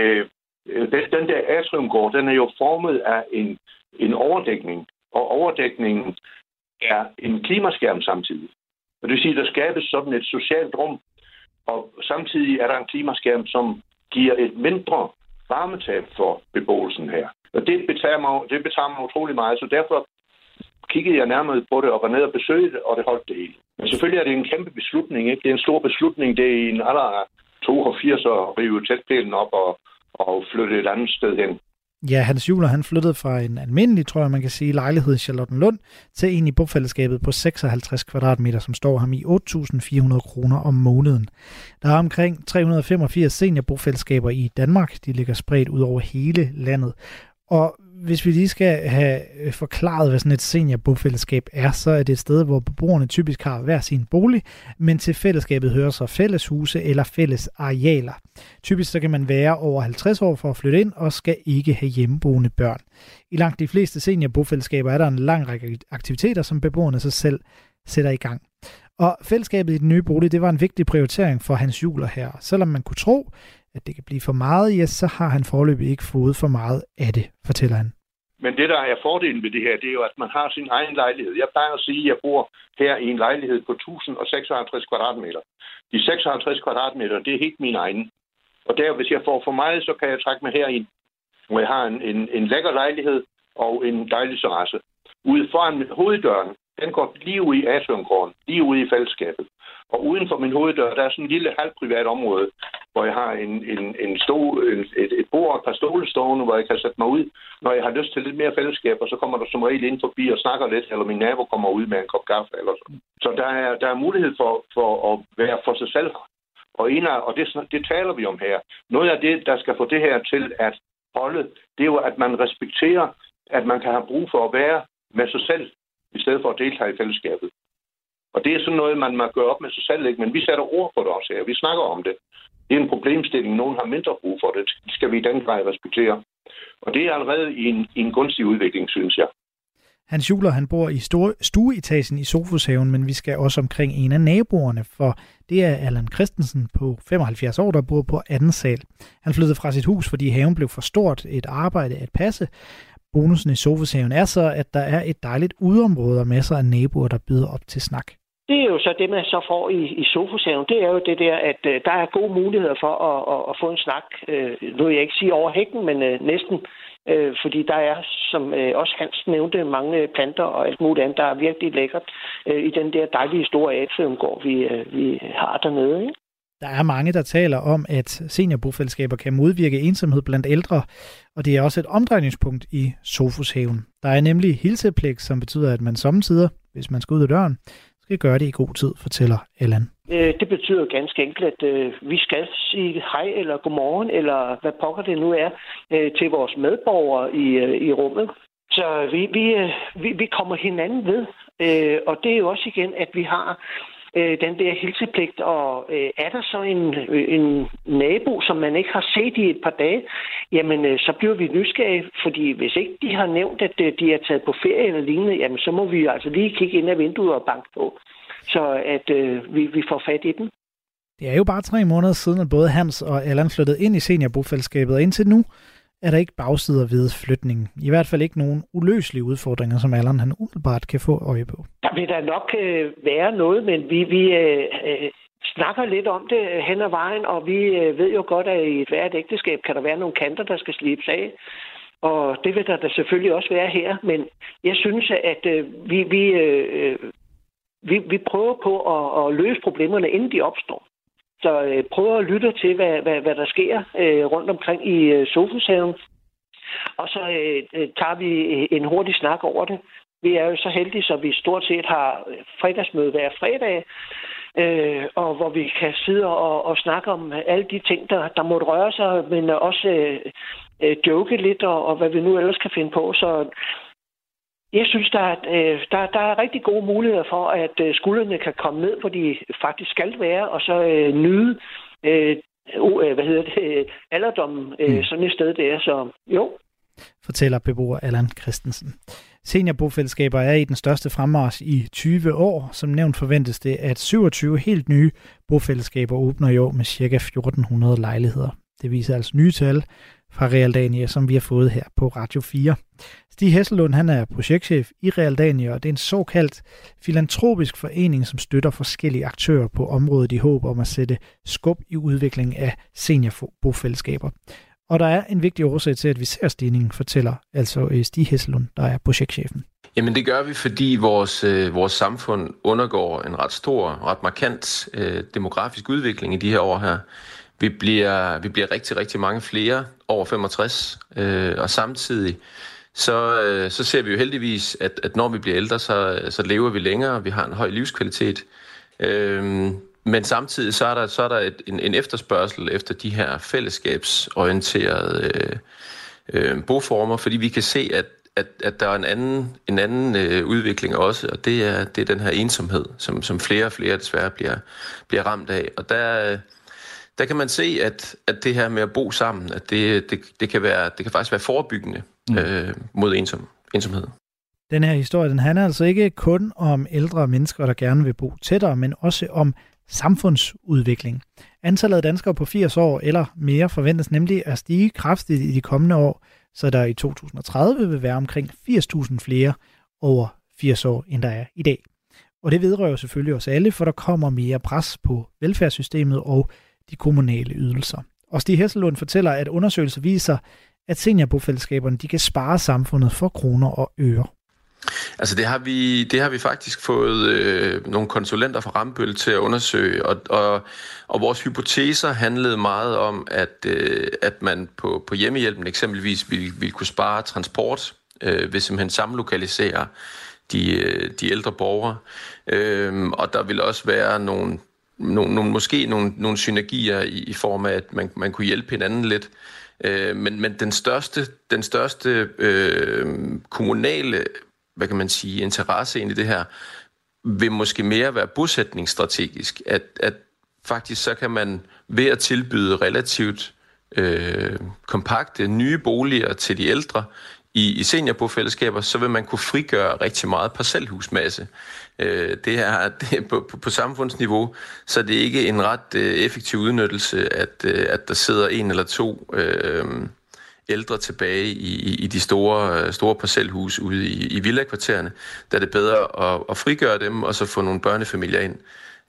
den der atriumgård, den er jo formet af en overdækning. Og overdækningen er en klimaskærm samtidig. Og det vil sige, at der skabes sådan et socialt rum. Og samtidig er der en klimaskærm, som giver et mindre varmetab for beboelsen her. Og det betager mig utrolig meget, så derfor kiggede jeg nærmere på det og var ned og besøgte det, og det holdt det hele. Men selvfølgelig er det en kæmpe beslutning, ikke? Det er en stor beslutning, det er i en alder af 82 at rive tætpælen op og flytte et andet sted hen. Ja, Hans Juler, han flyttede fra en almindelig, tror jeg man kan sige, lejlighed i Charlottenlund til en i bofællesskabet på 56 kvadratmeter, som står ham i 8.400 kroner om måneden. Der er omkring 385 seniorbofællesskaber i Danmark. De ligger spredt ud over hele landet. Og hvis vi lige skal have forklaret, hvad sådan et seniorbofællesskab er, så er det et sted, hvor beboerne typisk har hver sin bolig, men til fællesskabet hører så fælleshuse eller fælles arealer. Typisk så kan man være over 50 år for at flytte ind og skal ikke have hjemmeboende børn. I langt de fleste seniorbofællesskaber er der en lang række aktiviteter, som beboerne sig selv sætter i gang. Og fællesskabet i den nye bolig, det var en vigtig prioritering for Hans Juler her. Selvom man kunne tro, at det kan blive for meget, ja, så har han foreløbig ikke fået for meget af det, fortæller han. Men det, der er fordelen ved det her, det er jo, at man har sin egen lejlighed. Jeg plejer at sige, at jeg bor her i en lejlighed på 1056 kvadratmeter. De 56 kvadratmeter, det er helt min egen. Og der, hvis jeg får for meget, så kan jeg trække mig herind, hvor jeg har en lækker lejlighed og en dejlig terrasse. Ude foran hoveddøren, den går lige ud i atriumgården, lige ude i fællesskabet. Og uden for min hoveddør, der er sådan en lille halvprivat område, hvor jeg har et bord og et par stole stående, hvor jeg kan sætte mig ud. Når jeg har lyst til lidt mere fællesskab, og så kommer der som regel ind forbi og snakker lidt, eller min nabo kommer ud med en kop kaffe eller sådan. Så der er mulighed for at være for sig selv. Og det taler vi om her. Noget af det, der skal få det her til at holde, det er jo, at man respekterer, at man kan have brug for at være med sig selv, i stedet for at deltage i fællesskabet. Og det er sådan noget, man må gøre op med sig selv, ikke? Men vi sætter ord på det også her. Vi snakker om det. Det er en problemstilling. Nogen har mindre brug for det. Det skal vi i den grad respektere. Og det er allerede i en gunstig udvikling, synes jeg. Hans Juler, han bor i stueetagen i Sofushaven, men vi skal også omkring en af naboerne, for det er Allan Christensen på 75 år, der bor på anden sal. Han flyttede fra sit hus, fordi haven blev for stort et arbejde at passe. Bonusen i Sofushaven er så, at der er et dejligt udeområde og masser af naboer, der byder op til snak. Det er jo så det, man så får i Sofushaven. Det er jo det der, at der er gode muligheder for at få en snak. Nu vil jeg ikke sige over hækken, men næsten. Fordi der er, som også Hans nævnte, mange planter og alt muligt andet, der er virkelig lækkert i den der dejlige store atriumgård, vi har dernede, ikke? Der er mange, der taler om, at seniorbofællesskaber kan modvirke ensomhed blandt ældre, og det er også et omdrejningspunkt i Sofushaven. Der er nemlig hilsepligt, som betyder, at man sommetider, hvis man skal ud af døren, skal gøre det i god tid, fortæller Allan. Det betyder ganske enkelt, at vi skal sige hej eller godmorgen, eller hvad pokker det nu er, til vores medborgere i rummet. Så vi kommer hinanden ved, og det er jo også igen, at vi har den der hilsepligt, og er der så en nabo, som man ikke har set i et par dage, jamen så bliver vi nysgerrige, fordi hvis ikke de har nævnt, at de er taget på ferie eller lignende, jamen så må vi altså lige kigge ind ad vinduet og banke på, så at vi får fat i dem. Det er jo bare 3 måneder siden, at både Hans og Allan flyttede ind i seniorbofællesskabet, og indtil nu er der ikke bagsider ved flytningen. I hvert fald ikke nogen uløselige udfordringer, som Allan han umiddelbart kan få øje på. Der vil der nok være noget, men snakker lidt om det hen ad vejen, og vi ved jo godt, at i hvert ægteskab kan der være nogle kanter, der skal slibes af. Og det vil der da selvfølgelig også være her. Men jeg synes, at vi prøver på at løse problemerne, inden de opstår. Så prøver at lytte til, hvad der sker rundt omkring i Sofushaven. Og så tager vi en hurtig snak over det. Vi er jo så heldige, så vi stort set har fredagsmøde hver fredag, og hvor vi kan sidde og snakke om alle de ting, der måtte røre sig, men også joke lidt, og hvad vi nu ellers kan finde på. Så jeg synes, der er rigtig gode muligheder for, at skuldrene kan komme ned, hvor de faktisk skal være, og så nyde alderdommen sådan et sted der. Så jo. Fortæller beboer Allan Christensen. Seniorbofællesskaber er i den største fremmarch i 20 år. Som nævnt forventes det, at 27 helt nye bofællesskaber åbner i år med ca. 1400 lejligheder. Det viser altså nye tal fra Realdania, som vi har fået her på Radio 4. Stig Hesselund, han er projektchef i Realdania, og det er en såkaldt filantropisk forening, som støtter forskellige aktører på området i håb om at sætte skub i udviklingen af seniorbofællesskaber. Og der er en vigtig årsag til, at vi ser stigningen, fortæller altså Stig Hesselund, der er projektchefen. Jamen det gør vi, fordi vores samfund undergår en ret stor, ret markant demografisk udvikling i de her år her. Vi bliver rigtig, rigtig mange flere over 65, og samtidig så ser vi jo heldigvis, at når vi bliver ældre, så lever vi længere, vi har en høj livskvalitet. Men samtidig så er der en efterspørgsel efter de her fællesskabsorienterede boformer, fordi vi kan se, at der er en anden udvikling også, og det er den her ensomhed, som flere og flere desværre bliver ramt af. Og der kan man se, at det her med at bo sammen, at det kan faktisk være forebyggende mod ensomhed. Den her historie, den handler altså ikke kun om ældre mennesker, der gerne vil bo tættere, men også om samfundsudvikling. Antallet af danskere på 80 år eller mere forventes nemlig at stige kraftigt i de kommende år, så der i 2030 vil være omkring 80.000 flere over 80 år, end der er i dag. Og det vedrører selvfølgelig os alle, for der kommer mere pres på velfærdssystemet og de kommunale ydelser. Og Stig Hesselund fortæller, at undersøgelser viser, at seniorbofællesskaberne de kan spare samfundet for kroner og øre. Altså det har vi faktisk fået nogle konsulenter fra Rambøll til at undersøge, og vores hypoteser handlede meget om, at man på hjemmehjælpen eksempelvis ville kunne spare transport ved simpelthen samlokalisere de ældre borgere, og der vil også være nogle synergier i form af, at man kunne hjælpe hinanden lidt. Men den største kommunale, hvad kan man sige, interesse ind i det her, vil måske mere være bosætningsstrategisk. At faktisk så kan man ved at tilbyde relativt kompakte nye boliger til de ældre i seniorbofællesskaber, så vil man kunne frigøre rigtig meget parcelhusmasse. Det er på samfundsniveau, så det er ikke en ret effektiv udnyttelse, at der sidder en eller to ældre tilbage i de store parcelhus ude i villakvartererne. Der er det bedre at frigøre dem, og så få nogle børnefamilier ind,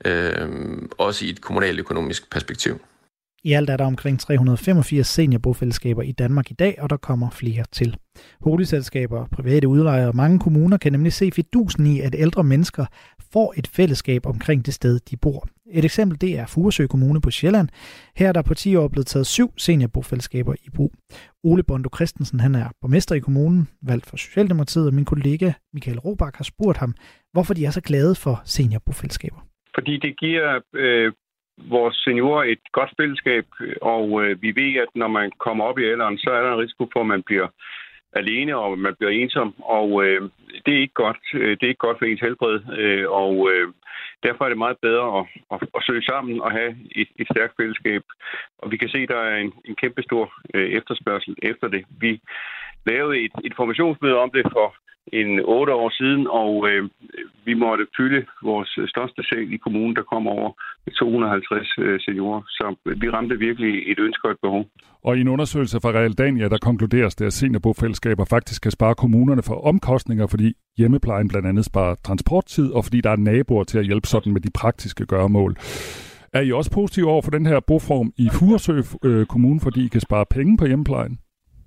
også i et kommunaløkonomisk perspektiv. I alt er der omkring 385 seniorbofællesskaber i Danmark i dag, og der kommer flere til. Boligselskaber, private udlejere og mange kommuner kan nemlig se fidusen i, at ældre mennesker får et fællesskab omkring det sted, de bor. Et eksempel det er Furesø Kommune på Sjælland. Her er der på 10 år blevet taget 7 seniorbofællesskaber i brug. Ole Bondo Christensen, han er borgmester i kommunen, valgt for Socialdemokratiet, og min kollega Michael Robach har spurgt ham, hvorfor de er så glade for seniorbofællesskaber. Fordi det giver vores seniorer et godt fællesskab, og vi ved, at når man kommer op i alderen, så er der en risiko for, at man bliver alene, og man bliver ensom, og det er ikke godt. Det er ikke godt for ens helbred, og derfor er det meget bedre at søge sammen og have et stærkt fællesskab. Og vi kan se, at der er en kæmpe stor efterspørgsel efter det. Vi lavede et informationsmøde om det for 8 år siden, og vi måtte fylde vores største sal i kommunen, der kom over 250 seniorer. Så vi ramte virkelig et ønske og et behov. Og i en undersøgelse fra Realdania, der konkluderes det, at seniorbofællesskaber faktisk kan spare kommunerne for omkostninger, fordi hjemmeplejen blandt andet sparer transporttid, og fordi der er naboer til at hjælpe sådan med de praktiske gøremål. Er I også positive over for den her boform i Furesø Kommune, fordi I kan spare penge på hjemmeplejen?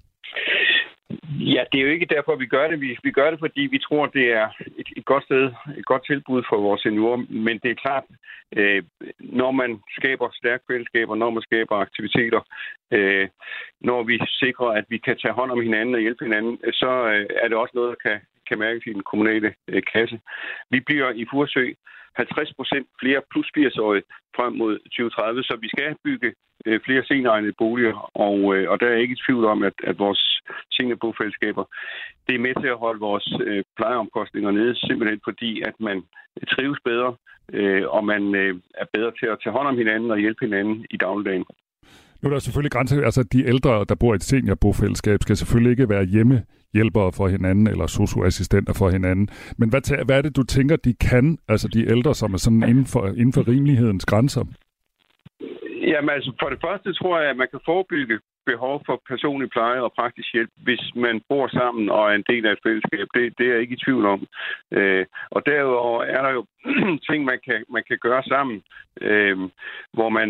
Ja, det er jo ikke derfor, vi gør det. Vi gør det, fordi vi tror, det er et godt sted, et godt tilbud for vores seniorer. Men det er klart, når man skaber stærke fællesskaber, når man skaber aktiviteter, når vi sikrer, at vi kan tage hånd om hinanden og hjælpe hinanden, så er det også noget, der kan mærkes i den kommunale kasse. Vi bliver i Furesø 50% flere plus 80-årige frem mod 2030, så vi skal bygge flere senioregnede boliger, og der er ikke i tvivl om, at vores seniorbofællesskaber, det er med til at holde vores plejeomkostninger nede, simpelthen fordi, at man trives bedre, og man er bedre til at tage hånd om hinanden og hjælpe hinanden i dagligdagen. Nu er der selvfølgelig grænser, altså de ældre, der bor i et seniorbofællesskab, skal selvfølgelig ikke være hjemmehjælpere for hinanden, eller sosu-assistenter for hinanden. Men hvad er det, du tænker, de kan, altså de ældre, som er sådan inden for rimelighedens grænser? Jamen altså, for det første tror jeg, at man kan forebygge behov for personlig pleje og praktisk hjælp, hvis man bor sammen og er en del af et fællesskab. Det er jeg ikke i tvivl om. Og derudover er der jo ting, man kan gøre sammen, hvor man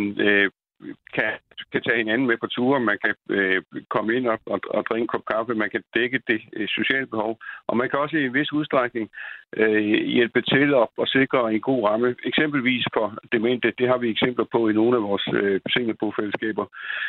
kan tage hinanden med på ture, man kan komme ind og drikke en kop kaffe, man kan dække det sociale behov, og man kan også i en vis udstrækning hjælpe til at sikre en god ramme. Eksempelvis for demente, det har vi eksempler på i nogle af vores seniorbofællesskaber.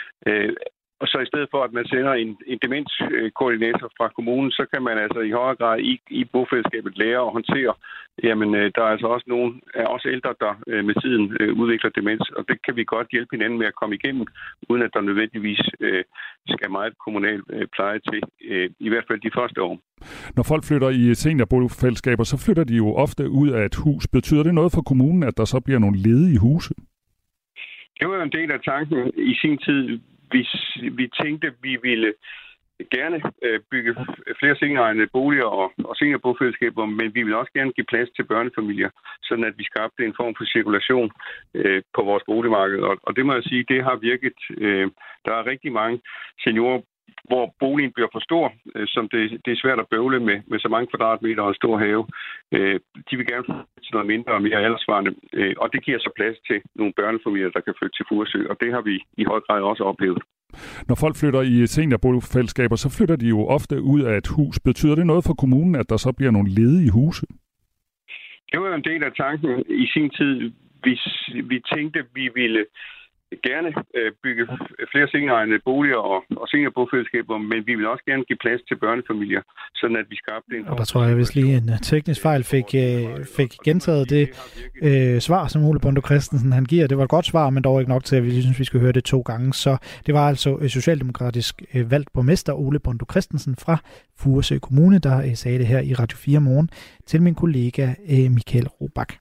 Og så i stedet for, at man sender en demenskoordinator fra kommunen, så kan man altså i højere grad i bofællesskabet lære at håndtere. Jamen, der er altså også nogle af os ældre, der med tiden udvikler demens, og det kan vi godt hjælpe hinanden med at komme igennem, uden at der nødvendigvis skal meget kommunal pleje til, i hvert fald de første år. Når folk flytter i seniorbofællesskaber, så flytter de jo ofte ud af et hus. Betyder det noget for kommunen, at der så bliver nogle ledige huse? Det var jo en del af tanken i sin tid. Vi tænkte, at vi ville gerne bygge flere senioregnede boliger og seniorbofællesskaber, men vi vil også gerne give plads til børnefamilier, sådan at vi skabte en form for cirkulation på vores boligmarked. Og det må jeg sige, det har virket. Der er rigtig mange seniorer, hvor boligen bliver for stor, som det er svært at bøvle med så mange kvadratmeter og en stor have. De vil gerne få til noget mindre og mere aldersvarende, og det giver så plads til nogle børnefamilier, der kan flytte til Furesø, og det har vi i høj grad også oplevet. Når folk flytter i seniorbofællesskaber, så flytter de jo ofte ud af et hus. Betyder det noget for kommunen, at der så bliver nogle ledige huse? Det var jo en del af tanken i sin tid. Vi tænkte, at vi ville gerne bygge flere senioregnede boliger og seniorbofællesskaber, men vi vil også gerne give plads til børnefamilier, sådan at vi skabte en... Og der tror jeg, hvis lige en teknisk fejl fik gentaget det svar, som Ole Bondo Christensen han giver. Det var et godt svar, men dog ikke nok til, at vi synes, vi skal høre det 2 gange. Så det var altså socialdemokratisk valgt borgmester Ole Bondo Christensen fra Furesø Kommune, der sagde det her i Radio 4 Morgen til min kollega Michael Robach.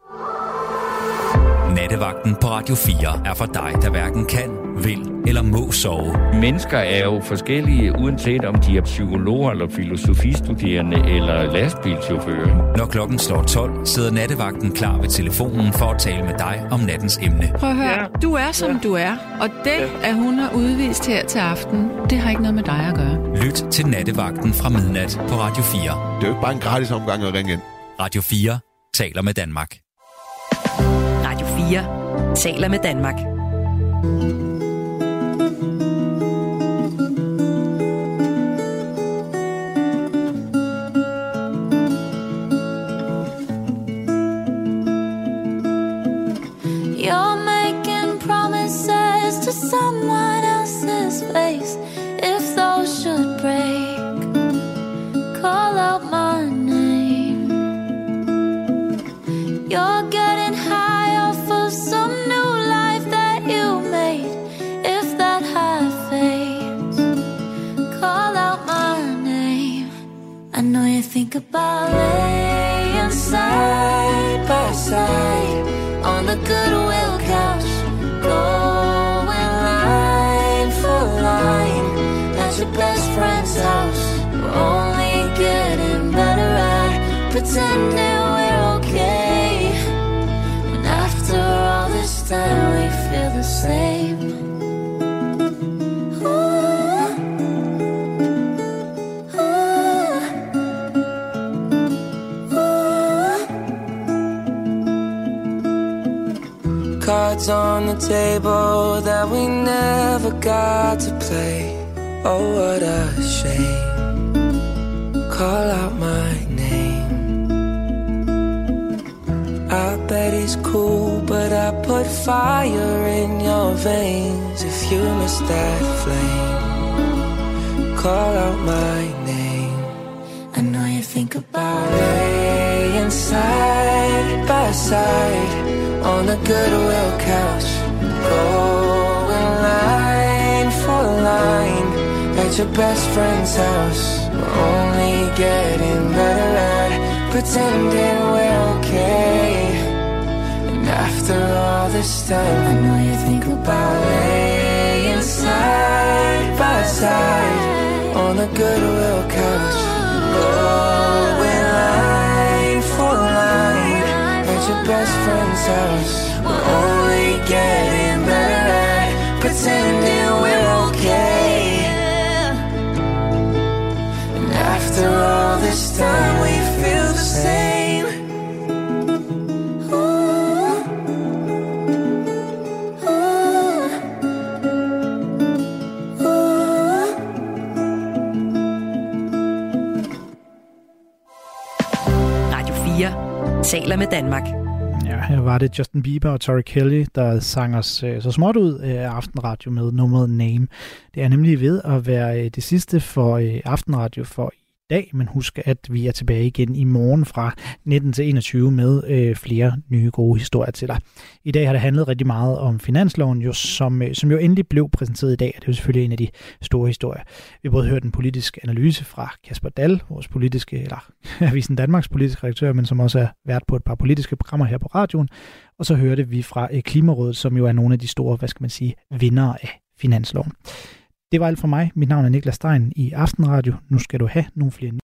Nattevagten på Radio 4 er for dig, der hverken kan, vil eller må sove. Mennesker er jo forskellige, uanset om de er psykologer eller filosofistuderende eller lastbilchauffører. Når klokken slår 12, sidder nattevagten klar ved telefonen for at tale med dig om nattens emne. Prøv at høre, du er som du er, og det, at hun har udvist her til aften, det har ikke noget med dig at gøre. Lyt til Nattevagten fra midnat på Radio 4. Det er jo ikke bare en gratis omgang at ringe ind. Radio 4 taler med Danmark. Radio 4 taler med Danmark. You're making promises to someone else's face. If those should break, call out my name. You're getting high off of some new life that you made. If that high fades, call out my name. I know you think about laying side by side on the Goodwill couch, going line for line at your best friend's house. We're only getting better at pretending we're okay, and after all this time we feel the same. cards on the table that we never got to play. Oh, what a shame. Call out my name. I bet he's cool, but I put fire in your veins. If you miss that flame, call out my name. I know you think about laying side by side on a Goodwill couch, going line for line at your best friend's house. We're only getting better at pretending we're okay. And after all this time, I know you think about laying side by side on a Goodwill couch, going line for line at your best friend's house. We're only getting better at pretending we're okay. And after all this time, we feel the same. Radio 4 taler med Danmark. Ja, her var det Justin Bieber og Tori Kelly, der sang os så småt ud af Aftenradio med nummeret Name. Det er nemlig ved at være det sidste for Aftenradio for i dag, men husk, at vi er tilbage igen i morgen fra 19 til 21 med flere nye gode historier til dig. I dag har det handlet rigtig meget om finansloven, som jo endelig blev præsenteret i dag, og det er jo selvfølgelig en af de store historier. Vi har både hørt en politisk analyse fra Kasper Dahl, vores Avisen Danmarks politiske redaktør, men som også er vært på et par politiske programmer her på radioen. Og så hørte vi fra Klimarådet, som jo er nogle af de store, vindere af finansloven. Det var alt for mig. Mit navn er Niklas Stein i Aftenradio. Nu skal du have nogle flere